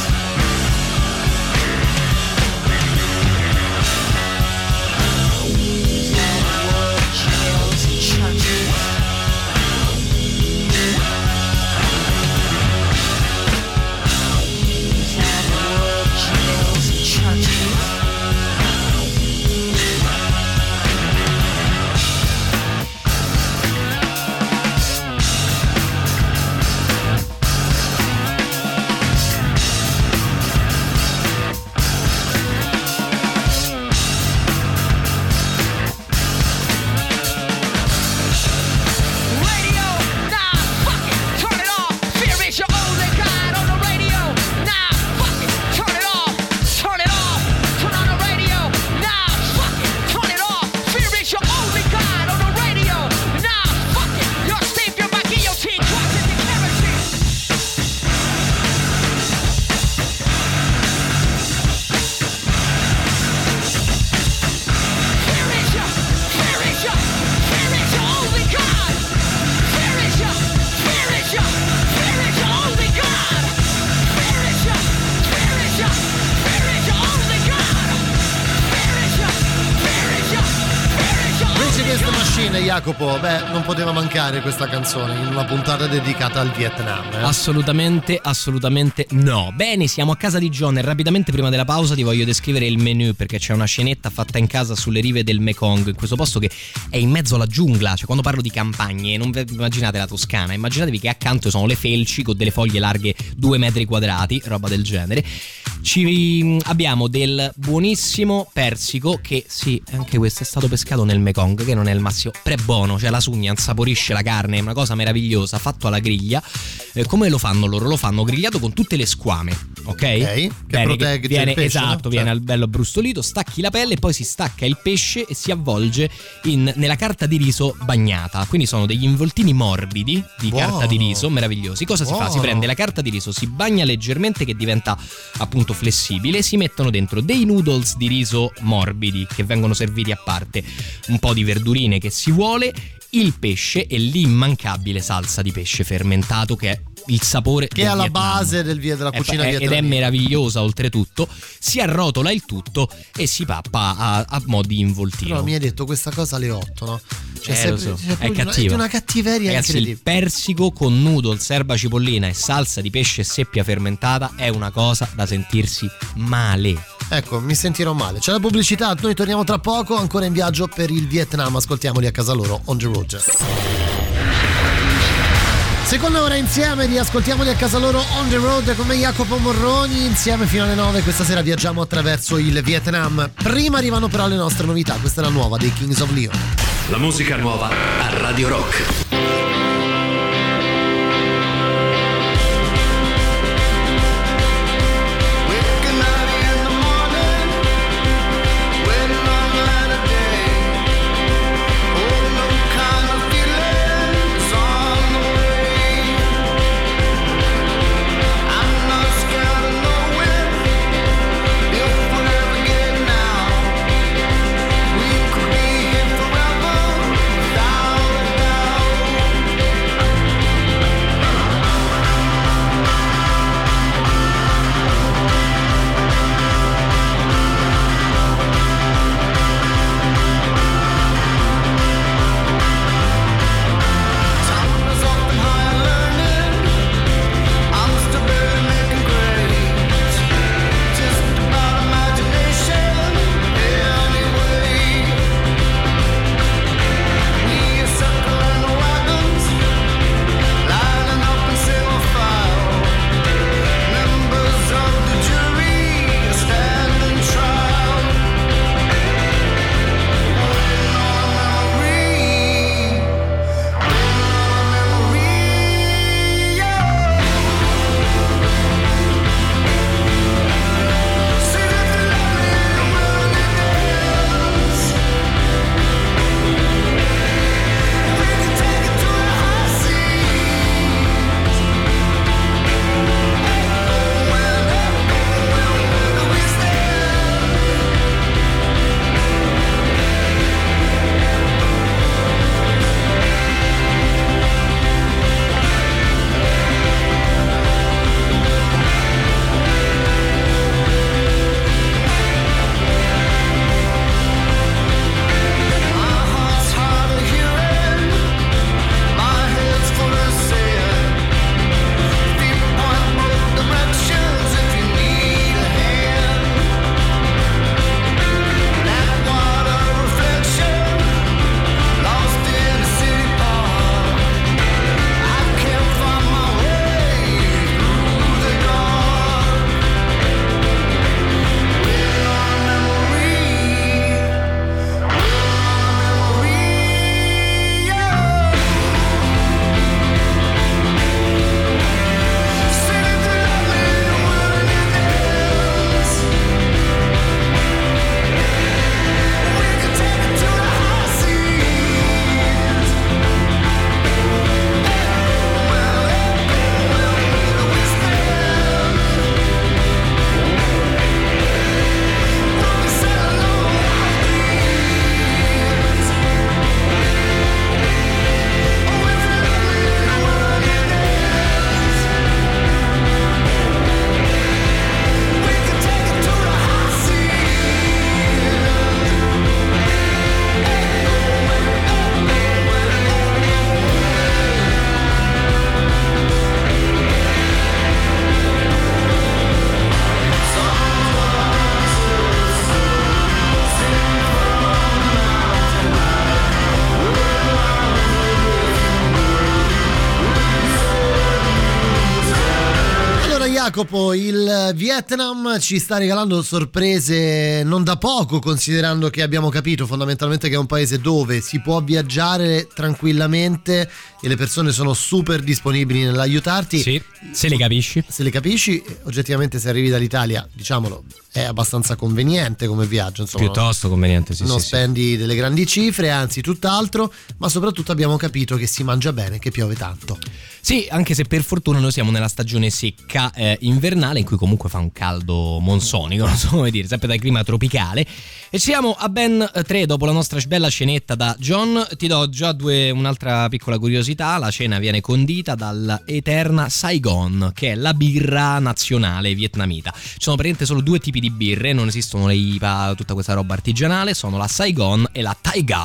Is all the world jails and churches? Radio, nah, fuck it, turn it off. Fear is your only guide on the radio. Nah, fuck it, turn it off. Turn it off. Turn on the radio. Nah, fuck it, turn it off. Fear is your only guide on the radio. Nah, fuck it, your savior by guillotine crosses the kerosene. Fear is your only God. Fear is your only God. Fear is your only God. Fear is your Rage Against the Machine, Jacopo, beh, non poteva mancare questa canzone in una puntata dedicata al Vietnam. Assolutamente no. Bene, siamo a casa di John e rapidamente prima della pausa ti voglio descrivere il menu, perché c'è una scenetta fatta in casa sulle rive del Mekong, in questo posto che è in mezzo alla giungla. Cioè, quando parlo di campagne, non vi immaginate la Toscana, immaginatevi che accanto sono le felci con delle foglie larghe 2 metri quadrati, roba del genere. Abbiamo del buonissimo persico che sì, anche questo è stato pescato nel Mekong, che non è il massimo, pre-buono, cioè la sugna insaporisce la carne, è una cosa meravigliosa, fatto alla griglia. Come lo fanno loro? Lo fanno grigliato con tutte le squame, ok? Che protegge viene, il pesce, esatto, no? viene al bello brustolito, stacchi la pelle e poi si stacca il pesce e si avvolge nella carta di riso bagnata. Quindi sono degli involtini morbidi di carta di riso meravigliosi. Cosa si fa? Si prende la carta di riso, si bagna leggermente che diventa appunto flessibile, si mettono dentro dei noodles di riso morbidi che vengono serviti a parte, un po' di verdurine che si vuole, il pesce e l'immancabile salsa di pesce fermentato che è il sapore che è alla base della cucina vietnamita ed è meravigliosa. Oltretutto si arrotola il tutto e si pappa a mo' di involtino. Però mi hai detto questa cosa alle 8, no? Lo so, è cattiva. Una cattiveria, ragazzi, incredibile. il persico con noodles, erba cipollina e salsa di pesce e seppia fermentata è una cosa da sentirsi male. Ecco, mi sentirò male. C'è la pubblicità, noi torniamo tra poco, ancora in viaggio per il Vietnam. Ascoltiamoli a casa loro, On The Road. Seconda ora insieme di Ascoltiamoli a casa loro On The Road con me Jacopo Morroni, insieme fino alle 9. Questa sera viaggiamo attraverso il Vietnam. Prima arrivano però le nostre novità. Questa è la nuova dei Kings of Leon. La musica nuova a Radio Rock. Waiting on light of day. Oh, no kind of feeling Jacopo, il Vietnam ci sta regalando sorprese non da poco, considerando che abbiamo capito fondamentalmente che è un paese dove si può viaggiare tranquillamente e le persone sono super disponibili nell'aiutarti. Sì, se le capisci. Se le capisci, oggettivamente se arrivi dall'Italia, diciamolo, è abbastanza conveniente come viaggio, insomma. Piuttosto conveniente, sì. Non sì, spendi delle grandi cifre, anzi tutt'altro, ma soprattutto abbiamo capito che si mangia bene, che piove tanto. Sì, anche se per fortuna noi siamo nella stagione secca invernale, in cui comunque fa un caldo monsonico, non so come dire, sempre dal clima tropicale. E siamo a ben 3 dopo la nostra bella cenetta da John. Ti do già un'altra piccola curiosità. La cena viene condita dalla eterna Saigon, che è la birra nazionale vietnamita. Ci sono praticamente solo 2 tipi di birre, non esistono le IPA, tutta questa roba artigianale, sono la Saigon e la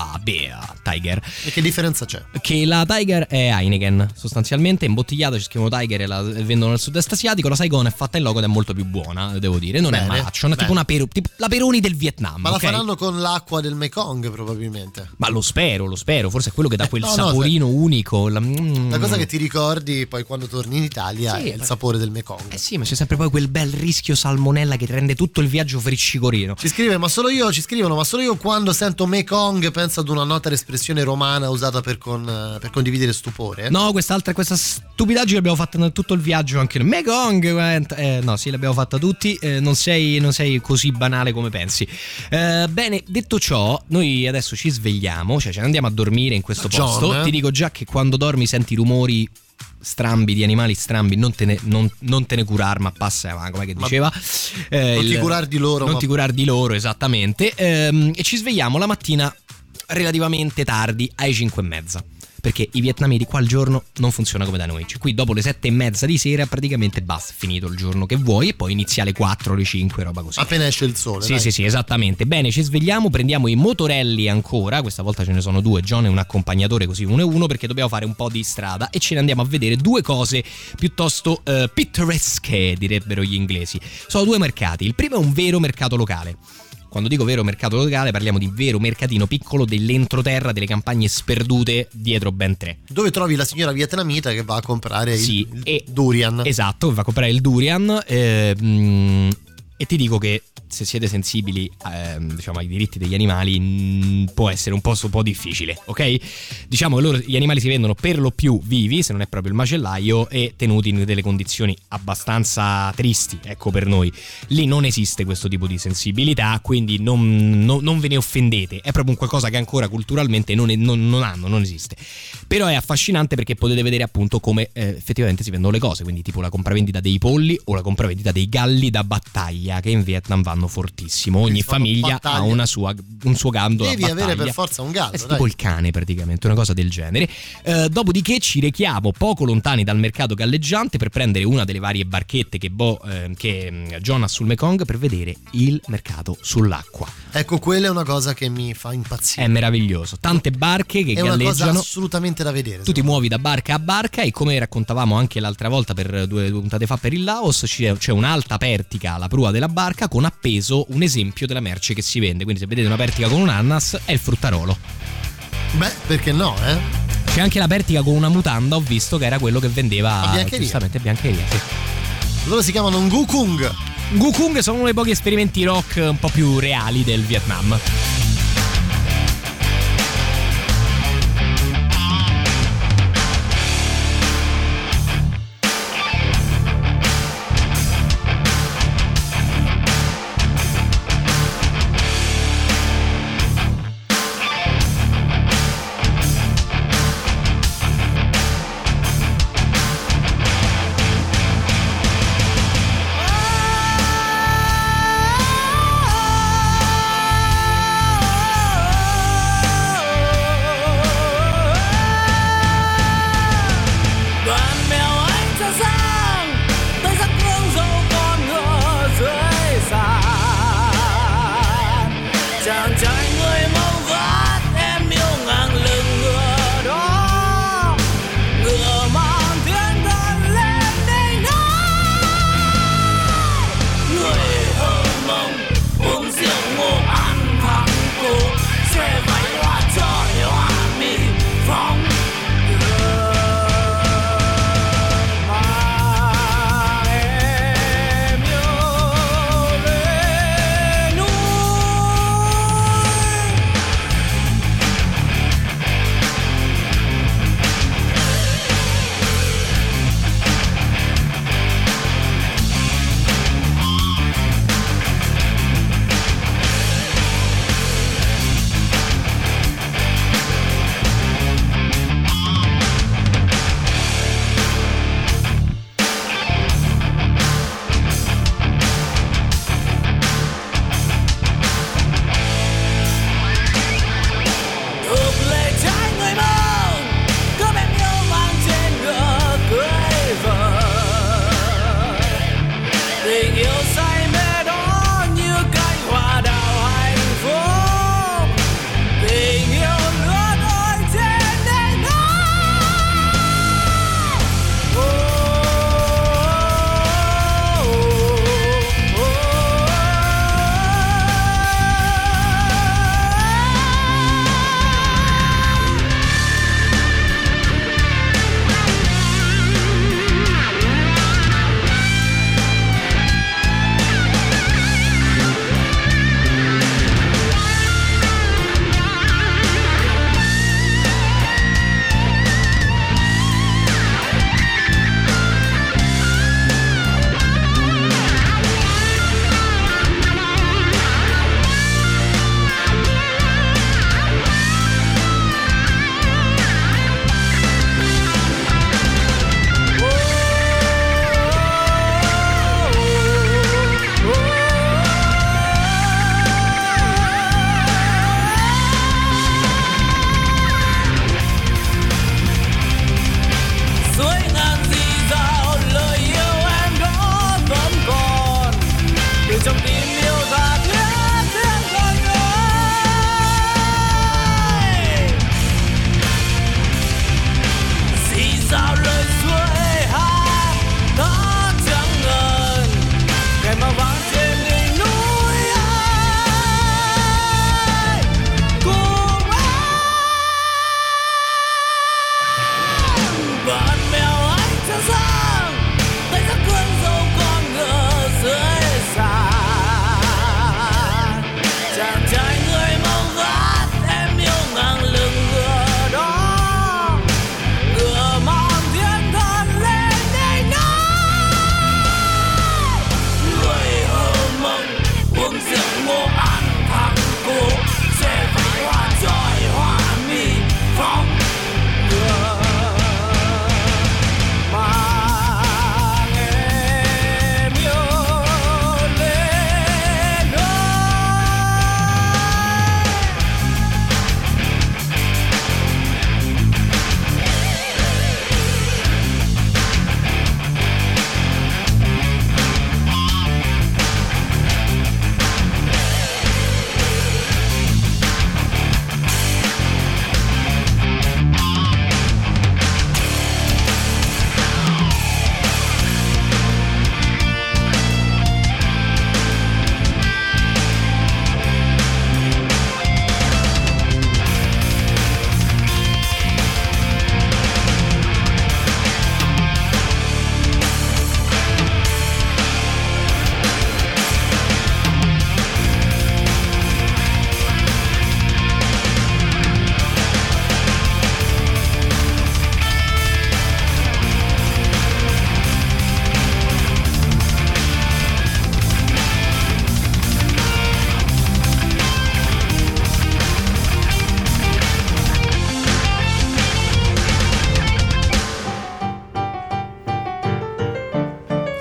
Tiger. E che differenza c'è? Che la Tiger è Heineken, sostanzialmente imbottigliata, ci scrivono Tiger e la vendono nel sud-est asiatico. La Saigon è fatta in loco ed è molto più buona, devo dire, non Bene, è malaccio, è tipo tipo la Peroni del Vietnam. Ma okay? La faranno con l'acqua del Mekong probabilmente. Ma lo spero, forse è quello che dà quel saporino unico. La cosa che ti ricordi poi quando torni in Italia è il sapore del Mekong. Sì, ma c'è sempre poi quel bel rischio salmonella che rende tutto il viaggio friccicorino. Ci scrivono, ma solo io quando sento Mekong penso ad una nota espressione romana usata per condividere stupore. No, questa stupidaggine l'abbiamo fatta in tutto il viaggio anche noi. Mekong, no, sì, l'abbiamo fatta tutti. Non sei così banale come pensi. Bene, detto ciò, noi adesso ci svegliamo, cioè ce ne andiamo a dormire in questo posto. Ti dico già che quando dormi senti rumori strambi di animali strambi, non te ne curar, ma passa, come che diceva, non ti curar di loro, ti curar di loro, esattamente. E ci svegliamo la mattina relativamente tardi, alle 5:30. Perché i vietnamiti qua il giorno non funziona come da noi. Cioè, qui dopo le 7:30 di sera praticamente basta, finito il giorno che vuoi, e poi inizia alle 4, alle 5, roba così. Appena esce il sole. Sì, esattamente. Bene, ci svegliamo, prendiamo i motorelli ancora, questa volta ce ne sono 2, John è un accompagnatore, così 1 e 1, perché dobbiamo fare un po' di strada e ce ne andiamo a vedere 2 cose piuttosto pittoresche, direbbero gli inglesi. Sono 2 mercati. Il primo è un vero mercato locale. Quando dico vero mercato locale parliamo di vero mercatino piccolo dell'entroterra delle campagne sperdute dietro ben 3. Dove trovi la signora vietnamita che va a comprare il durian. Esatto, va a comprare il durian e ti dico che se siete sensibili diciamo ai diritti degli animali può essere un po' difficile, ok? Diciamo che gli animali si vendono per lo più vivi, se non è proprio il macellaio, e tenuti in delle condizioni abbastanza tristi, ecco, per noi. Lì non esiste questo tipo di sensibilità, quindi non ve ne offendete, è proprio un qualcosa che ancora culturalmente non esiste. Però è affascinante perché potete vedere appunto come effettivamente si vendono le cose, quindi tipo la compravendita dei polli o la compravendita dei galli da battaglia, che in Vietnam vanno fortissimo. Ogni famiglia ha un suo gallo da battaglia. Devi avere per forza un gallo, è tipo il cane praticamente, una cosa del genere. Dopodiché ci rechiamo poco lontani dal mercato galleggiante per prendere una delle varie barchette che John ha sul Mekong, per vedere il mercato sull'acqua. Ecco, quella è una cosa che mi fa impazzire. È meraviglioso, tante barche che galleggiano. È una cosa assolutamente da vedere. Tu ti muovi da barca a barca e, come raccontavamo anche l'altra volta per 2 puntate fa per il Laos, c'è un'alta pertica alla prua della barca con appeso un esempio della merce che si vende. Quindi se vedete una pertica con un ananas è il fruttarolo. Beh, perché no, C'è anche la pertica con una mutanda, ho visto che era quello che vendeva a biancheria. Giustamente a biancheria, sì. Loro si chiamano Ngukung. Ngukung sono uno dei pochi esperimenti rock un po' più reali del Vietnam.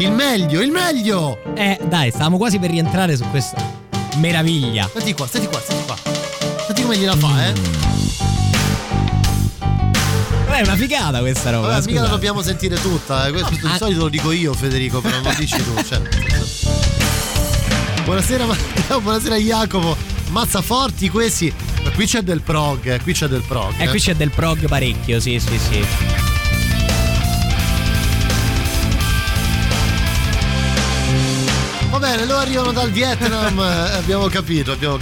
Il meglio. Dai, stavamo quasi per rientrare su questa meraviglia. Senti qua. Senti come gliela fa, È una figata questa roba. Vabbè, mica la dobbiamo sentire tutta, questo di solito lo dico io, Federico, però non lo dici tu, cioè. Buonasera Jacopo. Mazza forti questi. Ma qui c'è del prog. Qui c'è del prog parecchio, sì. Va bene, loro arrivano dal Vietnam, abbiamo capito, dai.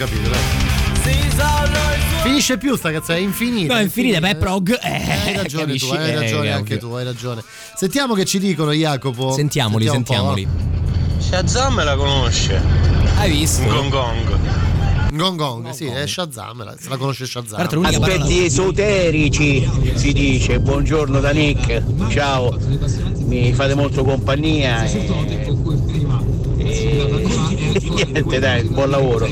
Finisce più sta cazzo, è infinita. No, è infinita, ma è prog. Hai ragione, capisci? tu, hai ragione anche tu, hai ragione. Sentiamo che ci dicono, Jacopo. Sentiamoli. Shazam la conosce. Hai visto? Gong, sì, è Shazam, se la conosce Shazam. Aspetti esoterici, si dice. Buongiorno da Nick, ciao, mi fate molto compagnia e niente, dai, buon lavoro.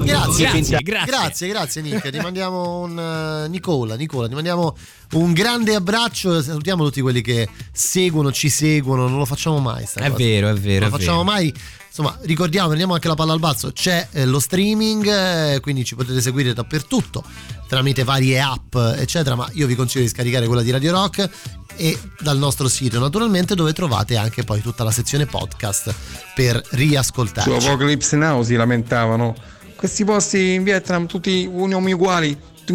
Grazie Nick, ti mandiamo un Nicola, ti mandiamo un grande abbraccio, salutiamo tutti quelli che ci seguono, non lo facciamo mai è vero. Non lo facciamo mai. Insomma, ricordiamo, prendiamo anche la palla al balzo, c'è lo streaming, quindi ci potete seguire dappertutto tramite varie app eccetera, ma io vi consiglio di scaricare quella di Radio Rock e dal nostro sito naturalmente, dove trovate anche poi tutta la sezione podcast per riascoltarci. Su Apocalypse Now si lamentavano: questi posti in Vietnam tutti uguali,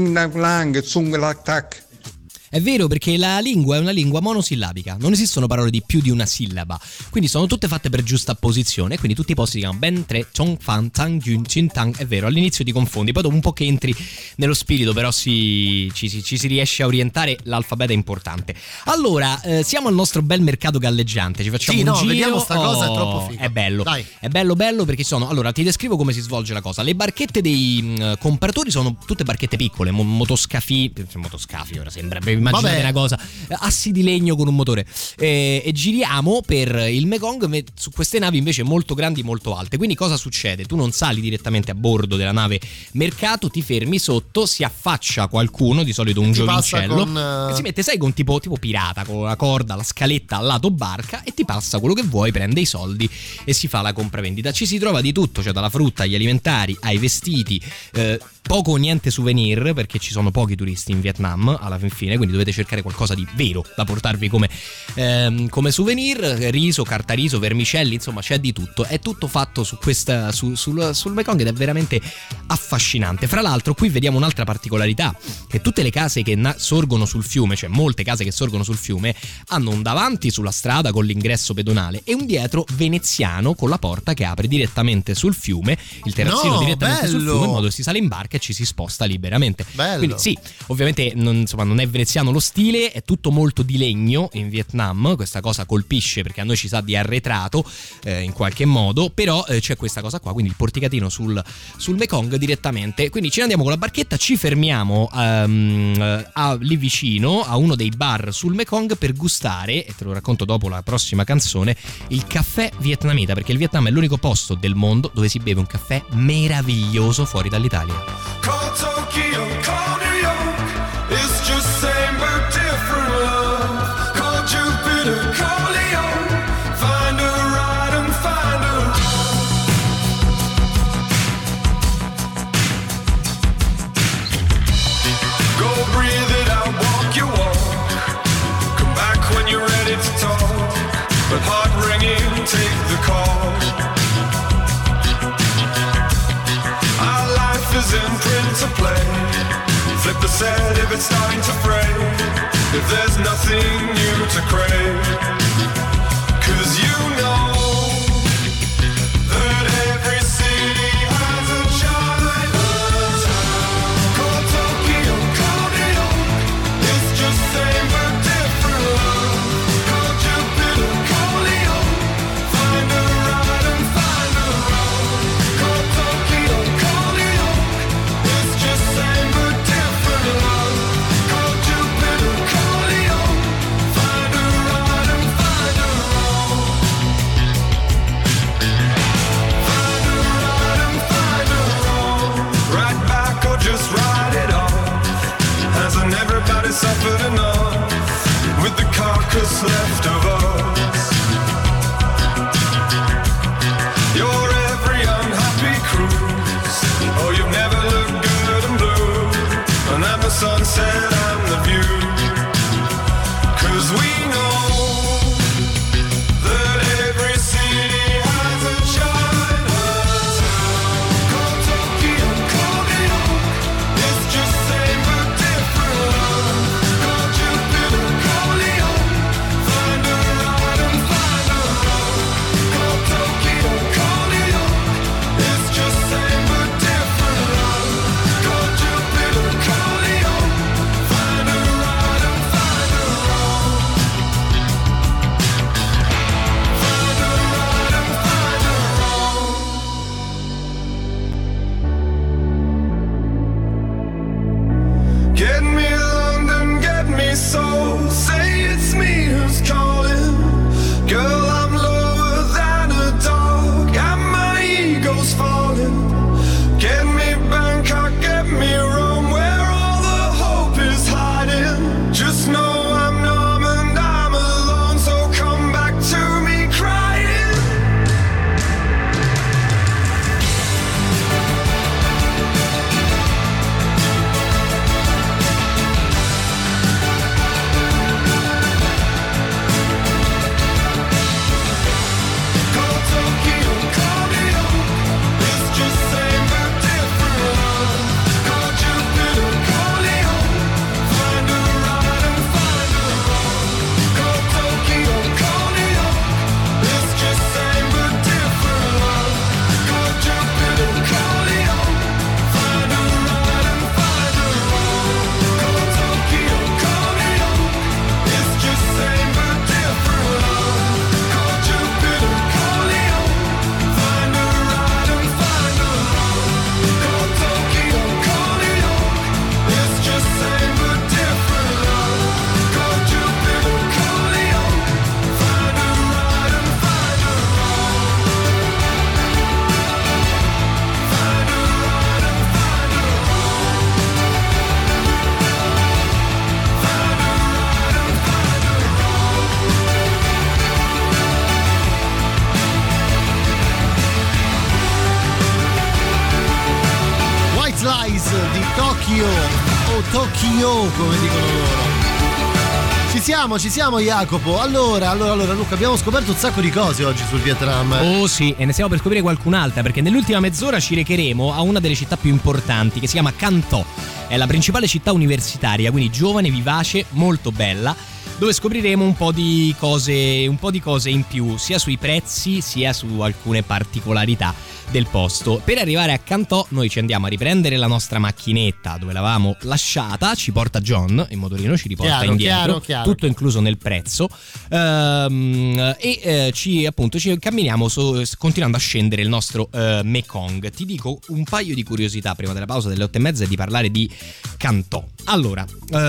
È vero, perché la lingua è una lingua monosillabica, non esistono parole di più di una sillaba, quindi sono tutte fatte per giustapposizione, quindi tutti i posti si chiamano Ben Tre, Chong Fan, Tang Yun, Chin Tang. È vero, all'inizio ti confondi, poi dopo un po' che entri nello spirito però ci si riesce a orientare, l'alfabeto è importante. Allora, siamo al nostro bel mercato galleggiante, ci facciamo un giro. Vediamo sta cosa, è troppo figa. È bello, dai. È bello perché allora ti descrivo come si svolge la cosa. Le barchette dei compratori sono tutte barchette piccole, motoscafi, ora sembra, immaginate una cosa, assi di legno con un motore, e giriamo per il Mekong su queste navi invece molto grandi, molto alte. Quindi cosa succede? Tu non sali direttamente a bordo della nave mercato, ti fermi sotto, si affaccia qualcuno, di solito un giovincello, che si mette, sai, con tipo pirata, con la corda, la scaletta al lato barca, e ti passa quello che vuoi, prende i soldi e si fa la compravendita. Ci si trova di tutto, cioè dalla frutta agli alimentari ai vestiti, poco o niente souvenir, perché ci sono pochi turisti in Vietnam alla fin fine, quindi dovete cercare qualcosa di vero da portarvi come souvenir. Riso, cartariso, vermicelli, insomma c'è di tutto, è tutto fatto sul Mekong ed è veramente affascinante. Fra l'altro qui vediamo un'altra particolarità, che tutte le case che sorgono sul fiume, cioè molte case che sorgono sul fiume, hanno un davanti sulla strada con l'ingresso pedonale e un dietro veneziano con la porta che apre direttamente sul fiume, il terrazzino direttamente sul fiume, in modo che si sale in barca e ci si sposta liberamente. Bello. Quindi sì, ovviamente non è veneziano lo stile, è tutto molto di legno in Vietnam, questa cosa colpisce perché a noi ci sa di arretrato in qualche modo, però c'è questa cosa qua, quindi il porticatino sul Mekong direttamente. Quindi ci andiamo con la barchetta, ci fermiamo lì vicino a uno dei bar sul Mekong per gustare, e te lo racconto dopo la prossima canzone, il caffè vietnamita, perché il Vietnam è l'unico posto del mondo dove si beve un caffè meraviglioso fuori dall'Italia. Call Tokyo, call New York, it's just same but different love. Call Jupiter, call Leon, find a ride and find a go breathe it out, walk your walk. Come back when you're ready to talk, but heart ringing, take the call. Our life is in print to play. Flip the set if it's starting to fray. If there's nothing new to crave, 'cause you know that every city has a Chinatown. Call Tokyo, call New York, it's just same but different love. Call Jupiter, call Leon, find a ride and find a road. Call Tokyo, call New York, it's just same but different love. Call Jupiter, call Leon, find a ride. Tokyo o Tokyo come dicono loro. Ci siamo Jacopo. Allora Luca, abbiamo scoperto un sacco di cose oggi sul Vietnam. Oh sì, e ne stiamo per scoprire qualcun'altra, perché nell'ultima mezz'ora ci recheremo a una delle città più importanti, che si chiama Can Tho. È la principale città universitaria, quindi giovane, vivace, molto bella, dove scopriremo un po' di cose in più, sia sui prezzi sia su alcune particolarità del posto. Per arrivare a Can Tho noi ci andiamo a riprendere la nostra macchinetta dove l'avevamo lasciata, ci porta John, il motorino ci riporta indietro, chiaro. Tutto incluso nel prezzo, ci camminiamo continuando a scendere il nostro Mekong. Ti dico un paio di curiosità prima della pausa delle 8:30 di parlare di Can Tho. Allora,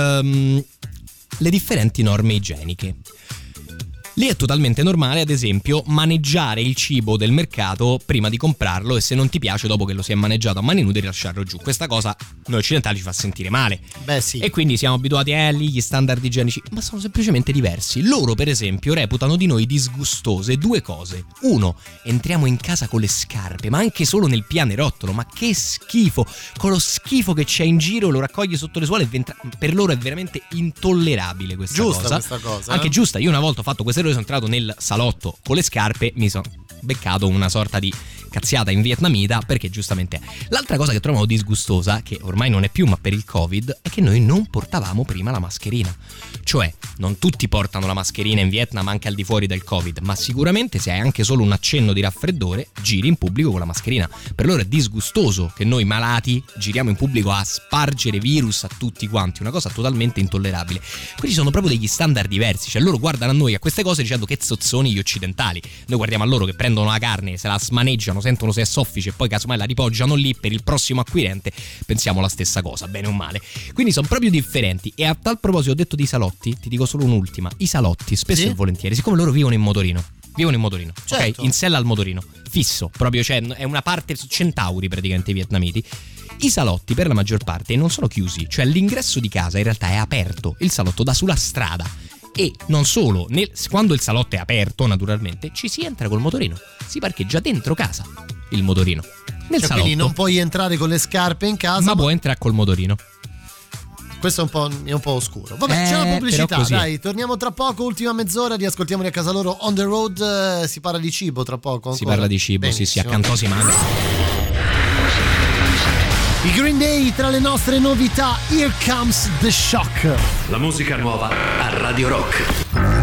le differenti norme igieniche. Lì è totalmente normale, ad esempio, maneggiare il cibo del mercato prima di comprarlo, e se non ti piace dopo che lo si è maneggiato a mani nude lasciarlo giù. Questa cosa noi occidentali ci fa sentire male. Beh sì. E quindi siamo abituati lì gli standard igienici, ma sono semplicemente diversi. Loro per esempio reputano di noi disgustose due cose. Uno, entriamo in casa con le scarpe, ma anche solo nel pianerottolo, ma che schifo, con lo schifo che c'è in giro lo raccogli sotto le suole, per loro è veramente intollerabile questa giusta cosa. Questa cosa. Anche giusta, io una volta ho fatto queste sono entrato nel salotto con le scarpe, mi sono beccato una sorta di cazziata in vietnamita, perché giustamente è. L'altra cosa che trovano disgustosa, che ormai non è più ma per il Covid, è che noi non portavamo prima la mascherina. Cioè, non tutti portano la mascherina in Vietnam anche al di fuori del Covid, ma sicuramente se hai anche solo un accenno di raffreddore giri in pubblico con la mascherina. Per loro è disgustoso che noi malati giriamo in pubblico a spargere virus a tutti quanti, una cosa totalmente intollerabile. Quindi sono proprio degli standard diversi, cioè loro guardano a noi a queste cose dicendo che zozzoni gli occidentali. Noi guardiamo a loro che prendono la carne, se la smaneggiano, sentono se è soffice e poi casomai la ripoggiano lì per il prossimo acquirente, pensiamo la stessa cosa, bene o male. Quindi sono proprio differenti. E a tal proposito ho detto di salotti, ti dico solo un'ultima. I salotti spesso e volentieri, siccome loro vivono in motorino, certo. Ok? In sella al motorino, fisso, proprio, cioè è una parte centauri praticamente i vietnamiti. I salotti per la maggior parte non sono chiusi, cioè l'ingresso di casa in realtà è aperto, il salotto dà sulla strada. E non solo, quando il salotto è aperto naturalmente ci si entra col motorino, si parcheggia dentro casa il motorino nel salotto. Quindi non puoi entrare con le scarpe in casa, ma puoi entrare col motorino. Questo è un po' oscuro. Vabbè, c'è la pubblicità, dai, torniamo tra poco, ultima mezz'ora, riascoltiamoli a casa loro. On the road, si parla di cibo tra poco ancora. Si parla di cibo, benissimo. Sì, a Can Tho si mangia. I Green Day tra le nostre novità, Here Comes the Shock. La musica nuova a Radio Rock.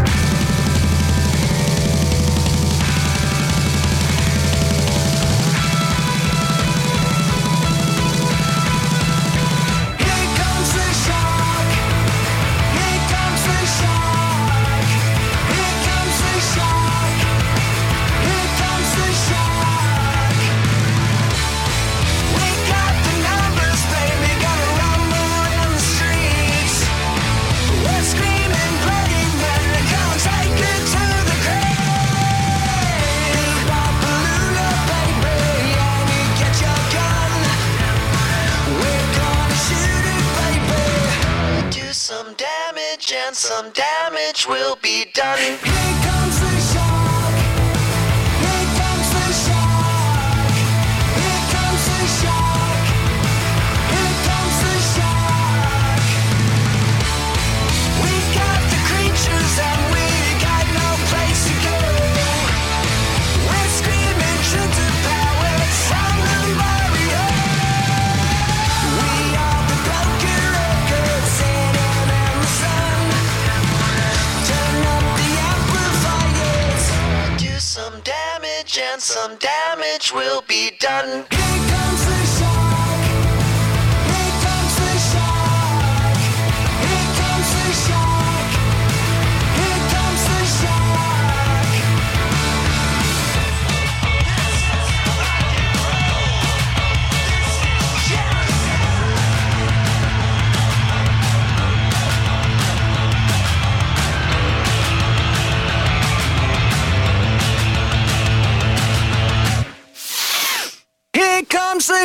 And some damage will be done. Here comes the shock. Here comes the shock. Here comes the shock. Here comes the shock. We got the creatures and we got no place to go. We're screaming truth to power, sound the barrier. We are the broken records sitting in the sun. Some damage and some damage will be done. Here comes the shock. Here comes the shock. Here comes the shock. Here comes the shock. Here comes the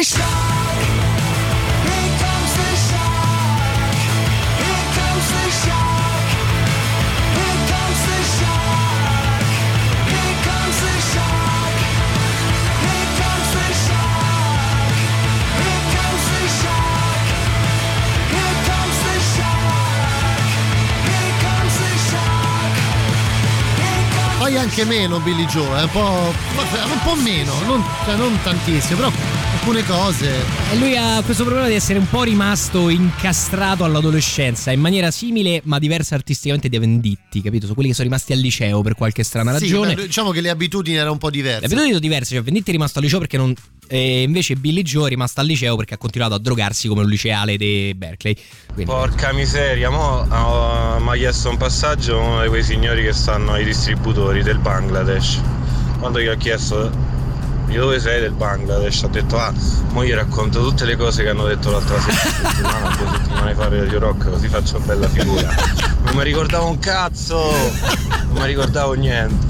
poi anche meno Billy Joe, un po' meno, non tantissimo, però alcune cose. E lui ha questo problema di essere un po' rimasto incastrato all'adolescenza in maniera simile ma diversa artisticamente di Venditti, capito? Sono quelli che sono rimasti al liceo per qualche strana ragione. Beh, diciamo che le abitudini erano un po' diverse. Le abitudini sono diverse, cioè Venditti è rimasto al liceo perché non... E invece Billy Joe è rimasto al liceo perché ha continuato a drogarsi come un liceale di Berkeley. Quindi... Porca miseria, mi ha chiesto un passaggio uno di quei signori che stanno ai distributori del Bangladesh. Quando gli ho chiesto di dove sei, del Bangladesh, ha detto mo gli racconto tutte le cose che hanno detto l'altra settimana, 2 settimane fa per Radio Rock, così faccio bella figura. Non mi ricordavo un cazzo, non mi ricordavo niente.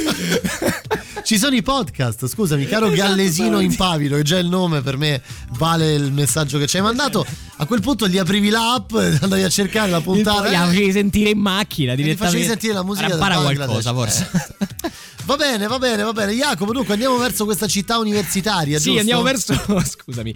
Ci sono i podcast, scusami, caro Gallesino Impavido, che già il nome per me vale il messaggio che ci hai mandato. A quel punto gli aprivi l'app, andavi a cercare la puntata. Li facevi sentire in macchina direttamente. Ti facevi sentire la musica del impara Bangladesh. Qualcosa forse. Va bene. Jacopo, dunque andiamo verso questa città universitaria, sì, giusto? Andiamo verso, scusami,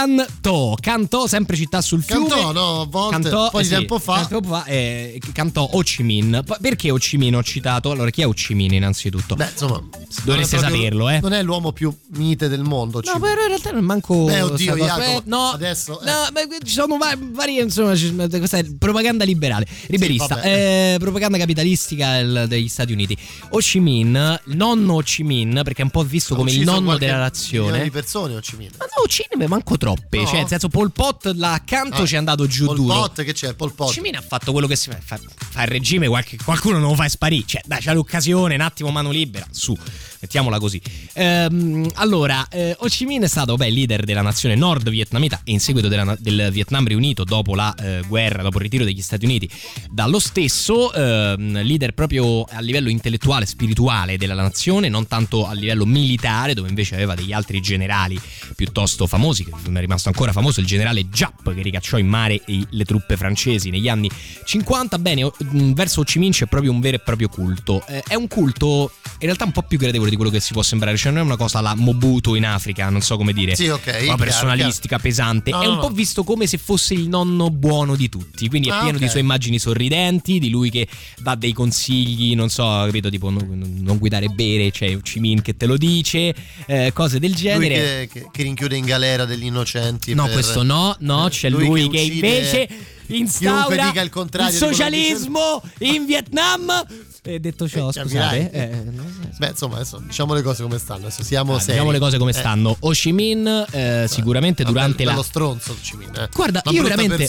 Cantò, sempre città sul fiume. Cantò, no, a volte, un po' di tempo fa. Cantò Ho Chi Minh. Perché Ho Chi Minh ho citato? Allora, chi è Ho Chi Minh innanzitutto? Beh, insomma, dovreste saperlo, Non è l'uomo più mite del mondo. No, però in realtà non manco... Beh, oddio, Jacopo, no, adesso... No, ci sono varie, insomma, questa è propaganda liberista, sì, propaganda capitalistica degli Stati Uniti. Ho Chi Minh, nonno Ho Chi Minh, perché è un po' visto come il nonno della nazione. Di persone Ho Chi Minh. Ma no, Ho Chi Minh manco troppe, cioè nel senso Pol Pot là accanto ci è andato giù Pol duro. Pot, che c'è? Pol Pot. Ho Chi Minh ha fatto quello che si fa il regime, qualcuno non lo fa sparire, cioè dai, c'è l'occasione, un attimo mano libera, su, mettiamola così. Allora, Ho Chi Minh è stato leader della nazione nord-vietnamita e in seguito del Vietnam riunito dopo la guerra, dopo il ritiro degli Stati Uniti dallo stesso, leader proprio a livello intellettuale, spirituale della nazione, non tanto a livello militare, dove invece aveva degli altri generali piuttosto famosi, che è rimasto ancora famoso il generale Giap, che ricacciò in mare le truppe francesi negli anni 50. Bene, verso Ho Chi Minh c'è proprio un vero e proprio culto. È un culto in realtà un po' più gradevole di quello che si può sembrare, cioè non è una cosa la Mobutu in Africa, non so come dire, sì, okay, una personalistica, chiaro. Pesante, è un po' visto come se fosse il nonno buono di tutti, quindi è pieno di sue immagini sorridenti, di lui che dà dei consigli, non so, capito, tipo non guidare e bere, c'è Ho Chi Minh che te lo dice, cose del genere. Lui che rinchiude in galera degli innocenti. No, questo no, c'è lui che invece instaura il socialismo in Vietnam. Detto ciò, scusate, beh, insomma, adesso diciamo le cose come stanno. Adesso siamo seri. Diciamo le cose come stanno. Ho Chi Minh sicuramente durante lo stronzo Ho Chi Minh. Guarda, io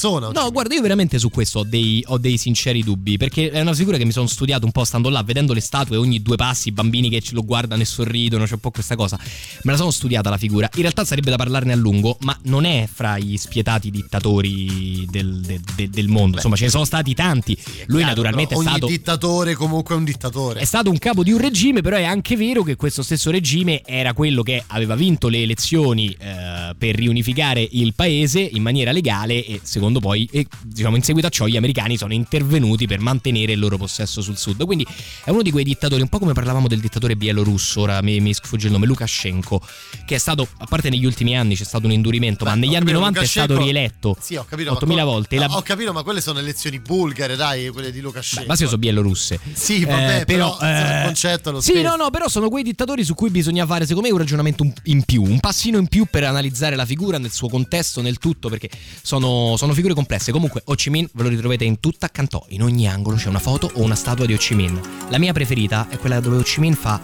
veramente su questo ho dei sinceri dubbi, perché è una figura che mi sono studiato un po' stando là, vedendo le statue ogni 2 passi, i bambini che lo guardano e sorridono, c'è un po' questa cosa. Me la sono studiata la figura. In realtà sarebbe da parlarne a lungo, ma non è fra gli spietati dittatori del mondo. Insomma, ce ne sono stati tanti. Lui naturalmente è stato ogni dittatore comunque è un dittatore. È stato un capo di un regime, però è anche vero che questo stesso regime era quello che aveva vinto le elezioni per riunificare il paese in maniera legale e secondo poi, diciamo in seguito a ciò, gli americani sono intervenuti per mantenere il loro possesso sul sud. Quindi è uno di quei dittatori, un po' come parlavamo del dittatore bielorusso, ora mi sfugge il nome, Lukashenko, che è stato, a parte negli ultimi anni c'è stato un indurimento, ma negli anni 90 è stato rieletto 8.000 volte. Ho capito, ma quelle sono elezioni bulgare, dai, quelle di Lukashenko. Ma sono bielorusse. Sì, vabbè, però il concetto è lo stesso. Sì, no, però sono quei dittatori su cui bisogna fare, secondo me, un ragionamento in più, un passino in più per analizzare la figura nel suo contesto, nel tutto, perché sono figure complesse. Comunque Ho Chi Minh ve lo ritrovate in tutta Cantò, in ogni angolo c'è una foto o una statua di Ho Chi Minh. La mia preferita è quella dove Ho Chi Minh fa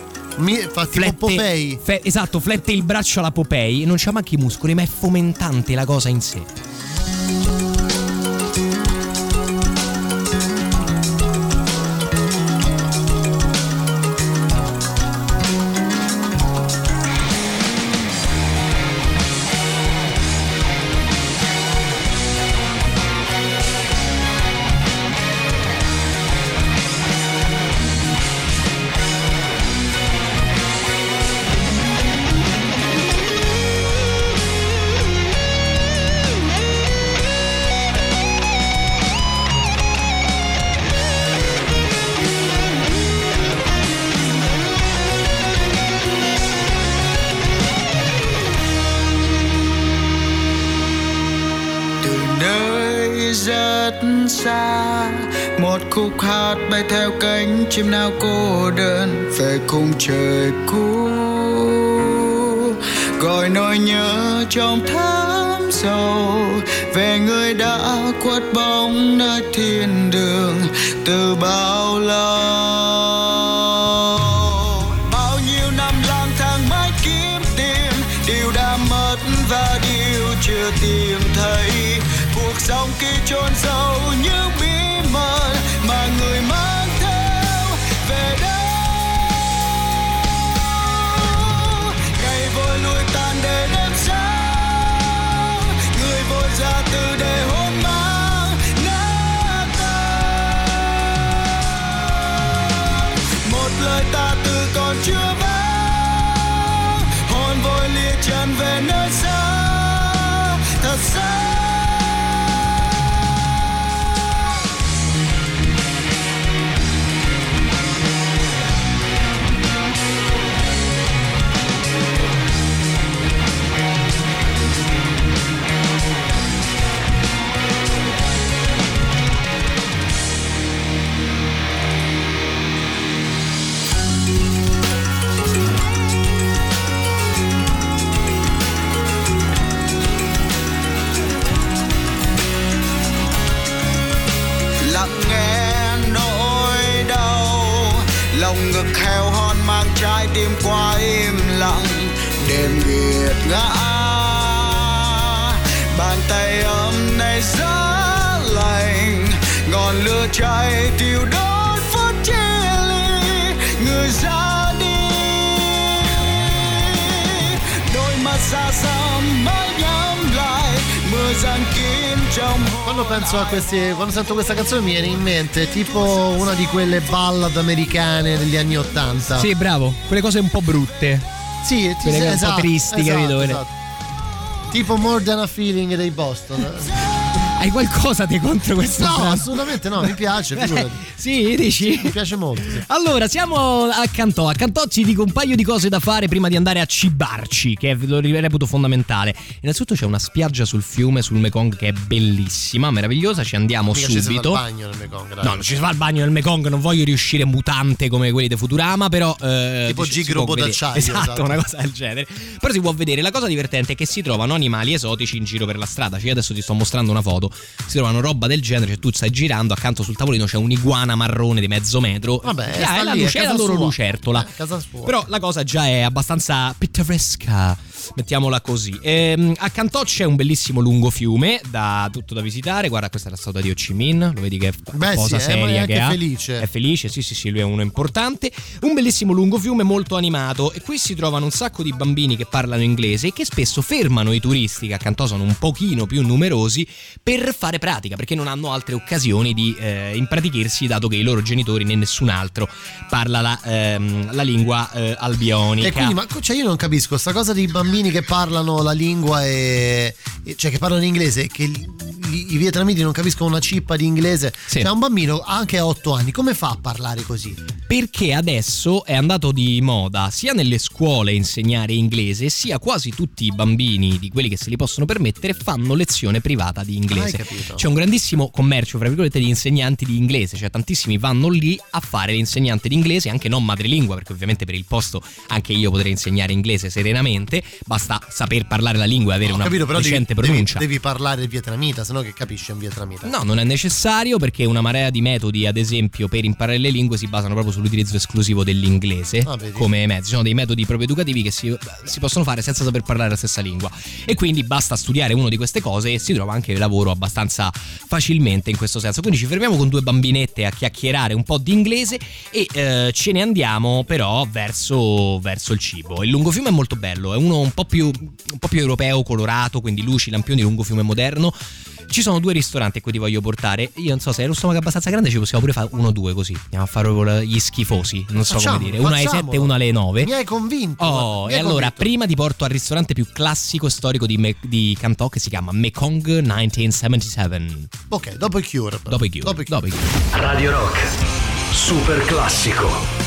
tipo Popeye. Esatto, flette il braccio alla Popeye, non c'ha manco i muscoli, ma è fomentante la cosa in sé. khúc hát bay theo cánh chim nào cô đơn về khung trời cũ, gọi nỗi nhớ trong thắm sâu về người đã khuất bóng nơi thiên đường từ bao lâu. Bao nhiêu năm lang thang mãi kiếm tìm điều đã mất và điều chưa tìm thấy. Cuộc sống khi chôn sâu những bí mật mà người mang theo về đâu. Ngày vội lùi tàn để đêm sáng, người vội ra từ để hôn mang ngã tàn. Một lời ta từ còn chưa vang, hồn vội lìa trần về nơi xa thật xa. Lòng ngực heo hon mang trái tim qua im lặng, đêm nghiệt ngã. Bàn tay ấm này giá lạnh, ngọn lửa cháy thiêu đốt phút chia ly. Người ra đi, đôi mắt xa xăm mãi nhắm lại, mưa giăng kín trong. Quando penso a quando sento questa canzone mi viene in mente tipo una di quelle ballad americane degli anni '80. Sì, bravo, quelle cose un po' brutte. Sì, quelle un po' tristi, capito? Esatto. Tipo More Than a Feeling dei Boston. Hai qualcosa di contro questo? No, brano? assolutamente no, mi piace, figurati. Sì, dici? Mi piace molto, sì. Allora, siamo a Cantò. A Cantò ci dico un paio di cose da fare prima di andare a cibarci, che lo reputo fondamentale. Innanzitutto c'è una spiaggia sul fiume, sul Mekong, che è bellissima, meravigliosa. Ci andiamo Mica subito. Ci si fa il bagno nel Mekong, dai. No, non ci si fa il bagno nel Mekong, non voglio riuscire mutante come quelli di Futurama, però tipo Gigrobo d'acciaio. Esatto, una cosa del genere. Però si può vedere. La cosa divertente è che si trovano animali esotici in giro per la strada. Cioè, adesso ti sto mostrando una foto. Si trovano roba del genere, cioè tu stai girando, accanto sul tavolino c'è un'iguana marrone di mezzo metro. Vabbè, è la loro lucertola. Casa sua. Però la cosa già è abbastanza pittoresca, mettiamola così. A Cantò c'è un bellissimo lungo fiume tutto da visitare. Guarda, questa è la statua di Ho Chi Minh, lo vedi che cosa seria che ha. Felice. È felice, sì, lui è uno importante. Un bellissimo lungo fiume molto animato, e qui si trovano un sacco di bambini che parlano inglese e che spesso fermano i turisti, che a Cantò sono un pochino più numerosi, per fare pratica, perché non hanno altre occasioni di impratichirsi, dato che i loro genitori né nessun altro parla la lingua albionica. E quindi, cioè io non capisco sta cosa dei bambini che parlano la lingua cioè che parlano inglese, che i vietnamiti non capiscono una cippa di inglese. Sì. Cioè un bambino anche a 8 anni come fa a parlare così? Perché adesso è andato di moda sia nelle scuole insegnare inglese, sia quasi tutti i bambini, di quelli che se li possono permettere, fanno lezione privata di inglese. Hai capito? C'è un grandissimo commercio, fra virgolette, di insegnanti di inglese, cioè tantissimi vanno lì a fare l'insegnante di inglese, anche non madrelingua, perché ovviamente per il posto anche io potrei insegnare inglese serenamente, basta saper parlare la lingua e avere una decente pronuncia. Devi parlare il vietnamita, sennò che capisci un vietnamita? No, non è necessario, perché una marea di metodi, ad esempio, per imparare le lingue si basano proprio sull'utilizzo esclusivo dell'inglese come mezzo. Ci sono dei metodi proprio educativi che si possono fare senza saper parlare la stessa lingua, e quindi basta studiare una di queste cose e si trova anche lavoro abbastanza facilmente in questo senso. Quindi ci fermiamo con due bambinette a chiacchierare un po' di inglese e ce ne andiamo però verso il cibo. Il lungofiume è molto bello, è uno un po' più europeo, colorato, quindi luci, lampioni, lungofiume moderno. Ci sono due ristoranti a cui ti voglio portare. Io non so, se hai lo stomaco abbastanza grande ci possiamo pure fare 1-2 così. Andiamo a fare gli schifosi, non so come dire. Uno alle 7 e uno alle 9. Mi hai convinto. E allora prima ti porto al ristorante più classico e storico di Cantò, che si chiama Mekong 1977. Ok, dopo il Cure. Radio Rock, super classico.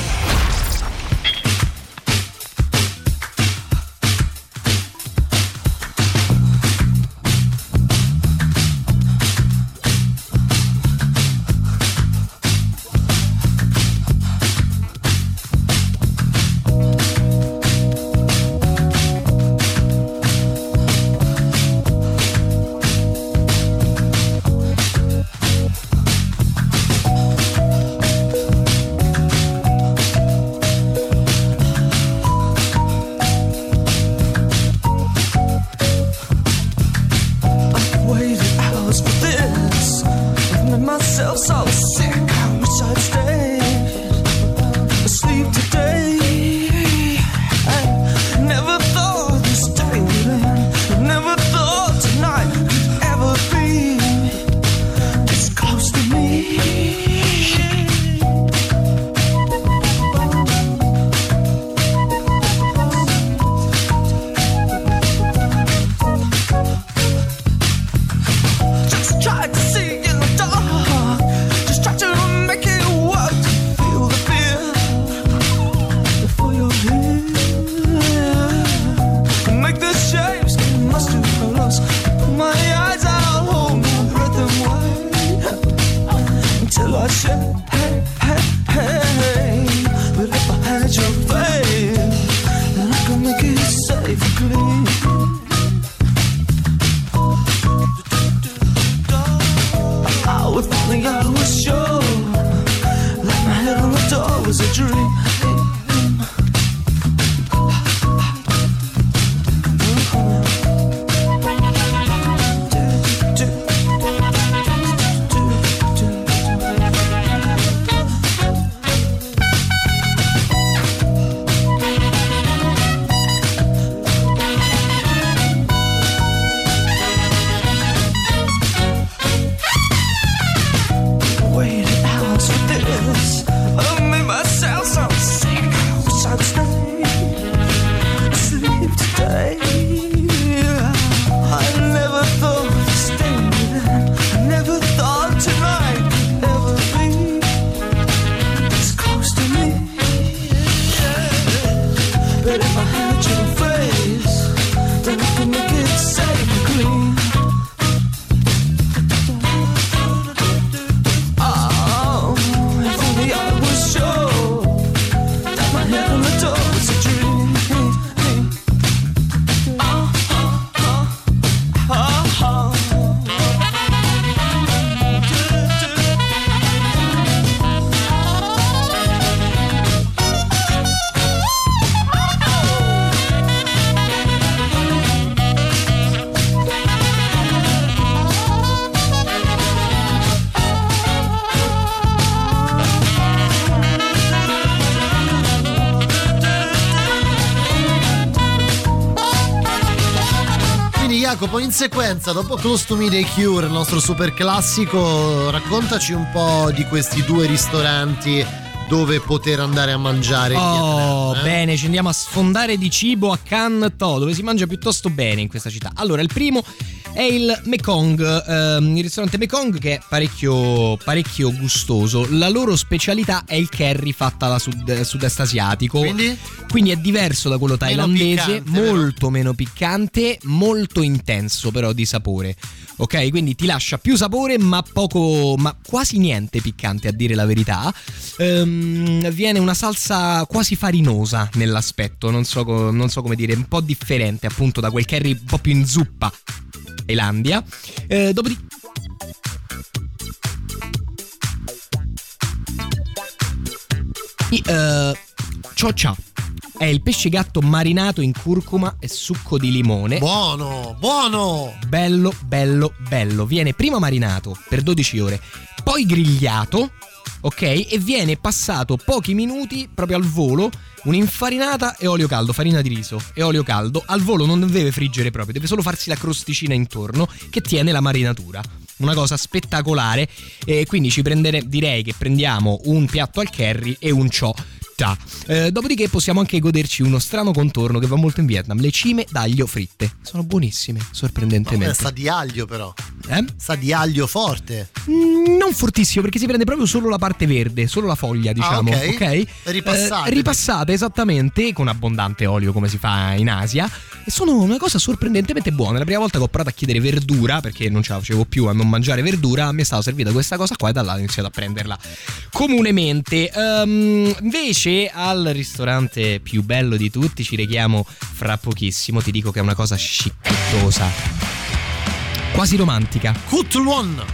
was a dream. Waited hours for this. I made myself so sick. Wish I'd stay, sleep today. I never thought of staying then. I never thought tonight could ever be this close to me. But if I had your face, then I could make it safe and clean. Oh, if only I was sure that my head on the door was a dream. Oh, oh, oh, oh, Quindi Jacopo, in sequenza, dopo Close to Me dei Cure, il nostro super classico, raccontaci un po' di questi due ristoranti dove poter andare a mangiare. Oh, bene, ci andiamo a sfondare di cibo a Can Tho, dove si mangia piuttosto bene in questa città. Allora, il primo è il Mekong, il ristorante Mekong, che è parecchio gustoso. La loro specialità è il curry fatta da sud-est asiatico. Quindi è diverso da quello thailandese, molto meno piccante, molto intenso però di sapore. Ok, quindi ti lascia più sapore ma quasi niente piccante, a dire la verità. Viene una salsa quasi farinosa nell'aspetto, non so come dire, un po' differente appunto da quel curry un po' più in zuppa Thailandia. Dopodiché Cho Cha è il pesce gatto marinato in curcuma e succo di limone. Buono, buono! Bello, bello, bello. Viene prima marinato per 12 ore, poi grigliato, ok? E viene passato pochi minuti proprio al volo, un'infarinata e olio caldo, farina di riso e olio caldo. Al volo non deve friggere proprio, deve solo farsi la crosticina intorno che tiene la marinatura. Una cosa spettacolare. E quindi direi che prendiamo un piatto al curry e un Cho Cha. Dopodiché possiamo anche goderci uno strano contorno che va molto in Vietnam: le cime d'aglio fritte. Sono buonissime, sorprendentemente. Sa di aglio però. Sa di aglio forte. Non fortissimo, perché si prende proprio solo la parte verde, solo la foglia, diciamo. Ok. Ripassate esattamente, con abbondante olio come si fa in Asia. E sono una cosa sorprendentemente buona. La prima volta che ho provato a chiedere verdura, perché non ce la facevo più a non mangiare verdura, mi è stata servita questa cosa qua e da là ho iniziato a prenderla comunemente. Invece al ristorante più bello di tutti ci rechiamo fra pochissimo. Ti dico che è una cosa scicchetosa, quasi romantica. Kut Luon.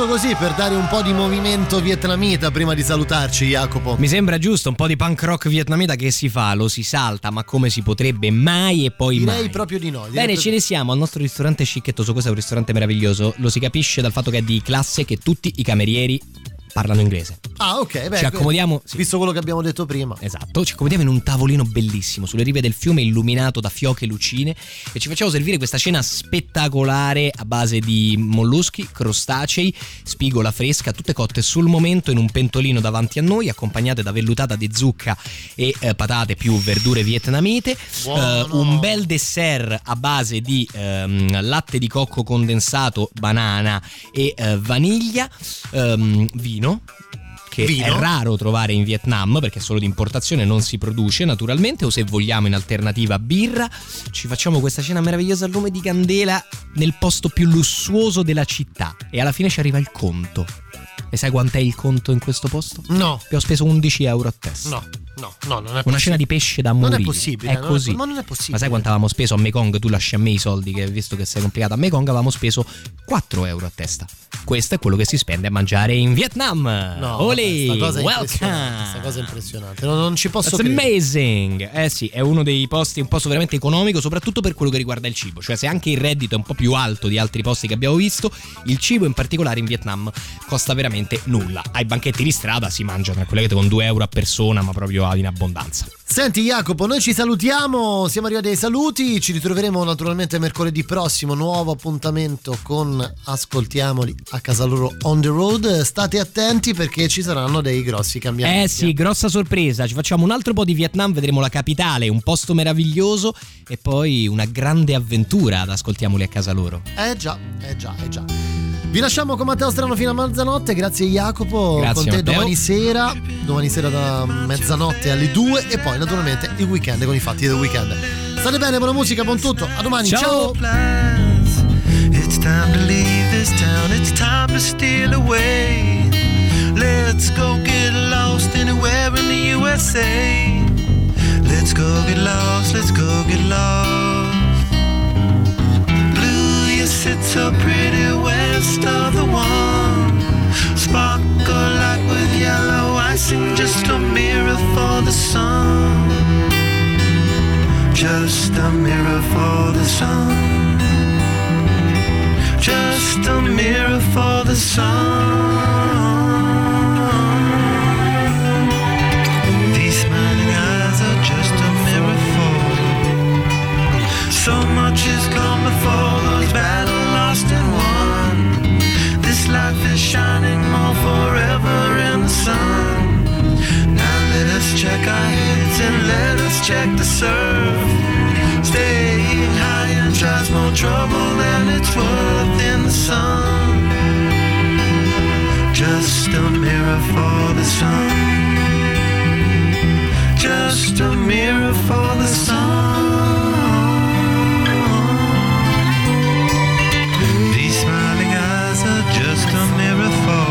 giusto così per dare un po' di movimento vietnamita prima di salutarci, Jacopo? Mi sembra giusto, un po' di punk rock vietnamita che si fa, lo si salta, ma come si potrebbe mai e poi Direi mai. proprio di no. Bene, ce ne siamo al nostro ristorante scicchettoso. Questo è un ristorante meraviglioso. Lo si capisce dal fatto che è di classe, che tutti i camerieri parlano inglese. Ah, ok, beh, Ci accomodiamo, sì. visto quello che abbiamo detto prima. Esatto, ci accomodiamo in un tavolino bellissimo sulle rive del fiume, illuminato da fioche e lucine, e ci facciamo servire questa cena spettacolare a base di molluschi, crostacei, spigola fresca, tutte cotte sul momento in un pentolino davanti a noi, accompagnate da vellutata di zucca e patate più verdure vietnamite. Un bel dessert a base di latte di cocco condensato, banana e vaniglia, vino che è raro trovare in Vietnam perché è solo di importazione, non si produce naturalmente, o se vogliamo in alternativa birra. Ci facciamo questa cena meravigliosa al lume di candela nel posto più lussuoso della città e alla fine ci arriva il conto. E sai quant'è il conto in questo posto? No. Abbiamo speso 11 euro a testa. No, non è possibile. Una cena di pesce da morire. Non è possibile. È così. Ma non è possibile. Ma sai quanto avevamo speso a Mekong? Tu lasci a me i soldi, che visto che sei complicato. A Mekong avevamo speso 4 euro a testa. Questo è quello che si spende a mangiare in Vietnam. No, Olè, questa cosa è impressionante. Non ci posso That's credere. amazing. Eh sì, è uno dei posti un posto veramente economico, soprattutto per quello che riguarda il cibo. Cioè, se anche il reddito è un po' più alto di altri posti che abbiamo visto, il cibo in particolare in Vietnam costa veramente nulla. Ai banchetti di strada si mangia tranquillamente con 2 euro a persona, ma proprio in abbondanza. Senti Jacopo, noi ci salutiamo, siamo arrivati ai saluti, ci ritroveremo naturalmente mercoledì prossimo, nuovo appuntamento con Ascoltiamoli a casa loro on the road. State attenti perché ci saranno dei grossi cambiamenti. Eh sì, grossa sorpresa, ci facciamo un altro po' di Vietnam, vedremo la capitale, un posto meraviglioso e poi una grande avventura ad Ascoltiamoli a casa loro. Eh già. Vi lasciamo con Matteo Strano fino a mezzanotte, grazie Jacopo, Grazie, con te Matteo. domani sera da mezzanotte alle 2 e poi naturalmente il weekend con i fatti del weekend. State bene, buona musica, buon tutto, a domani, ciao! It's time to leave this town, it's time to steal away. Let's go get lost anywhere in the USA. Let's go get lost, let's go get lost. Blue, you sit so pretty west of the one. Sparkle like with yellow icing, just a mirror for the sun. Just a mirror for the sun. Just a mirror for the sun. These smiling eyes are just a mirror for. So much has come before, those battles lost and won. This life is shining more forever in the sun. Now let us check our heads and let us check the surf. Staying high and tries more trouble than it's worth in the sun. Just a mirror for the sun. Just a mirror for the sun. These smiling eyes are just a mirror for.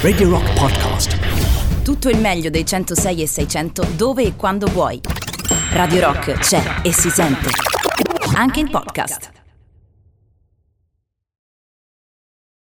Radio Rock Podcast. Tutto il meglio dei 106 e 600 dove e quando vuoi. Radio Rock c'è e si sente. Anche in podcast.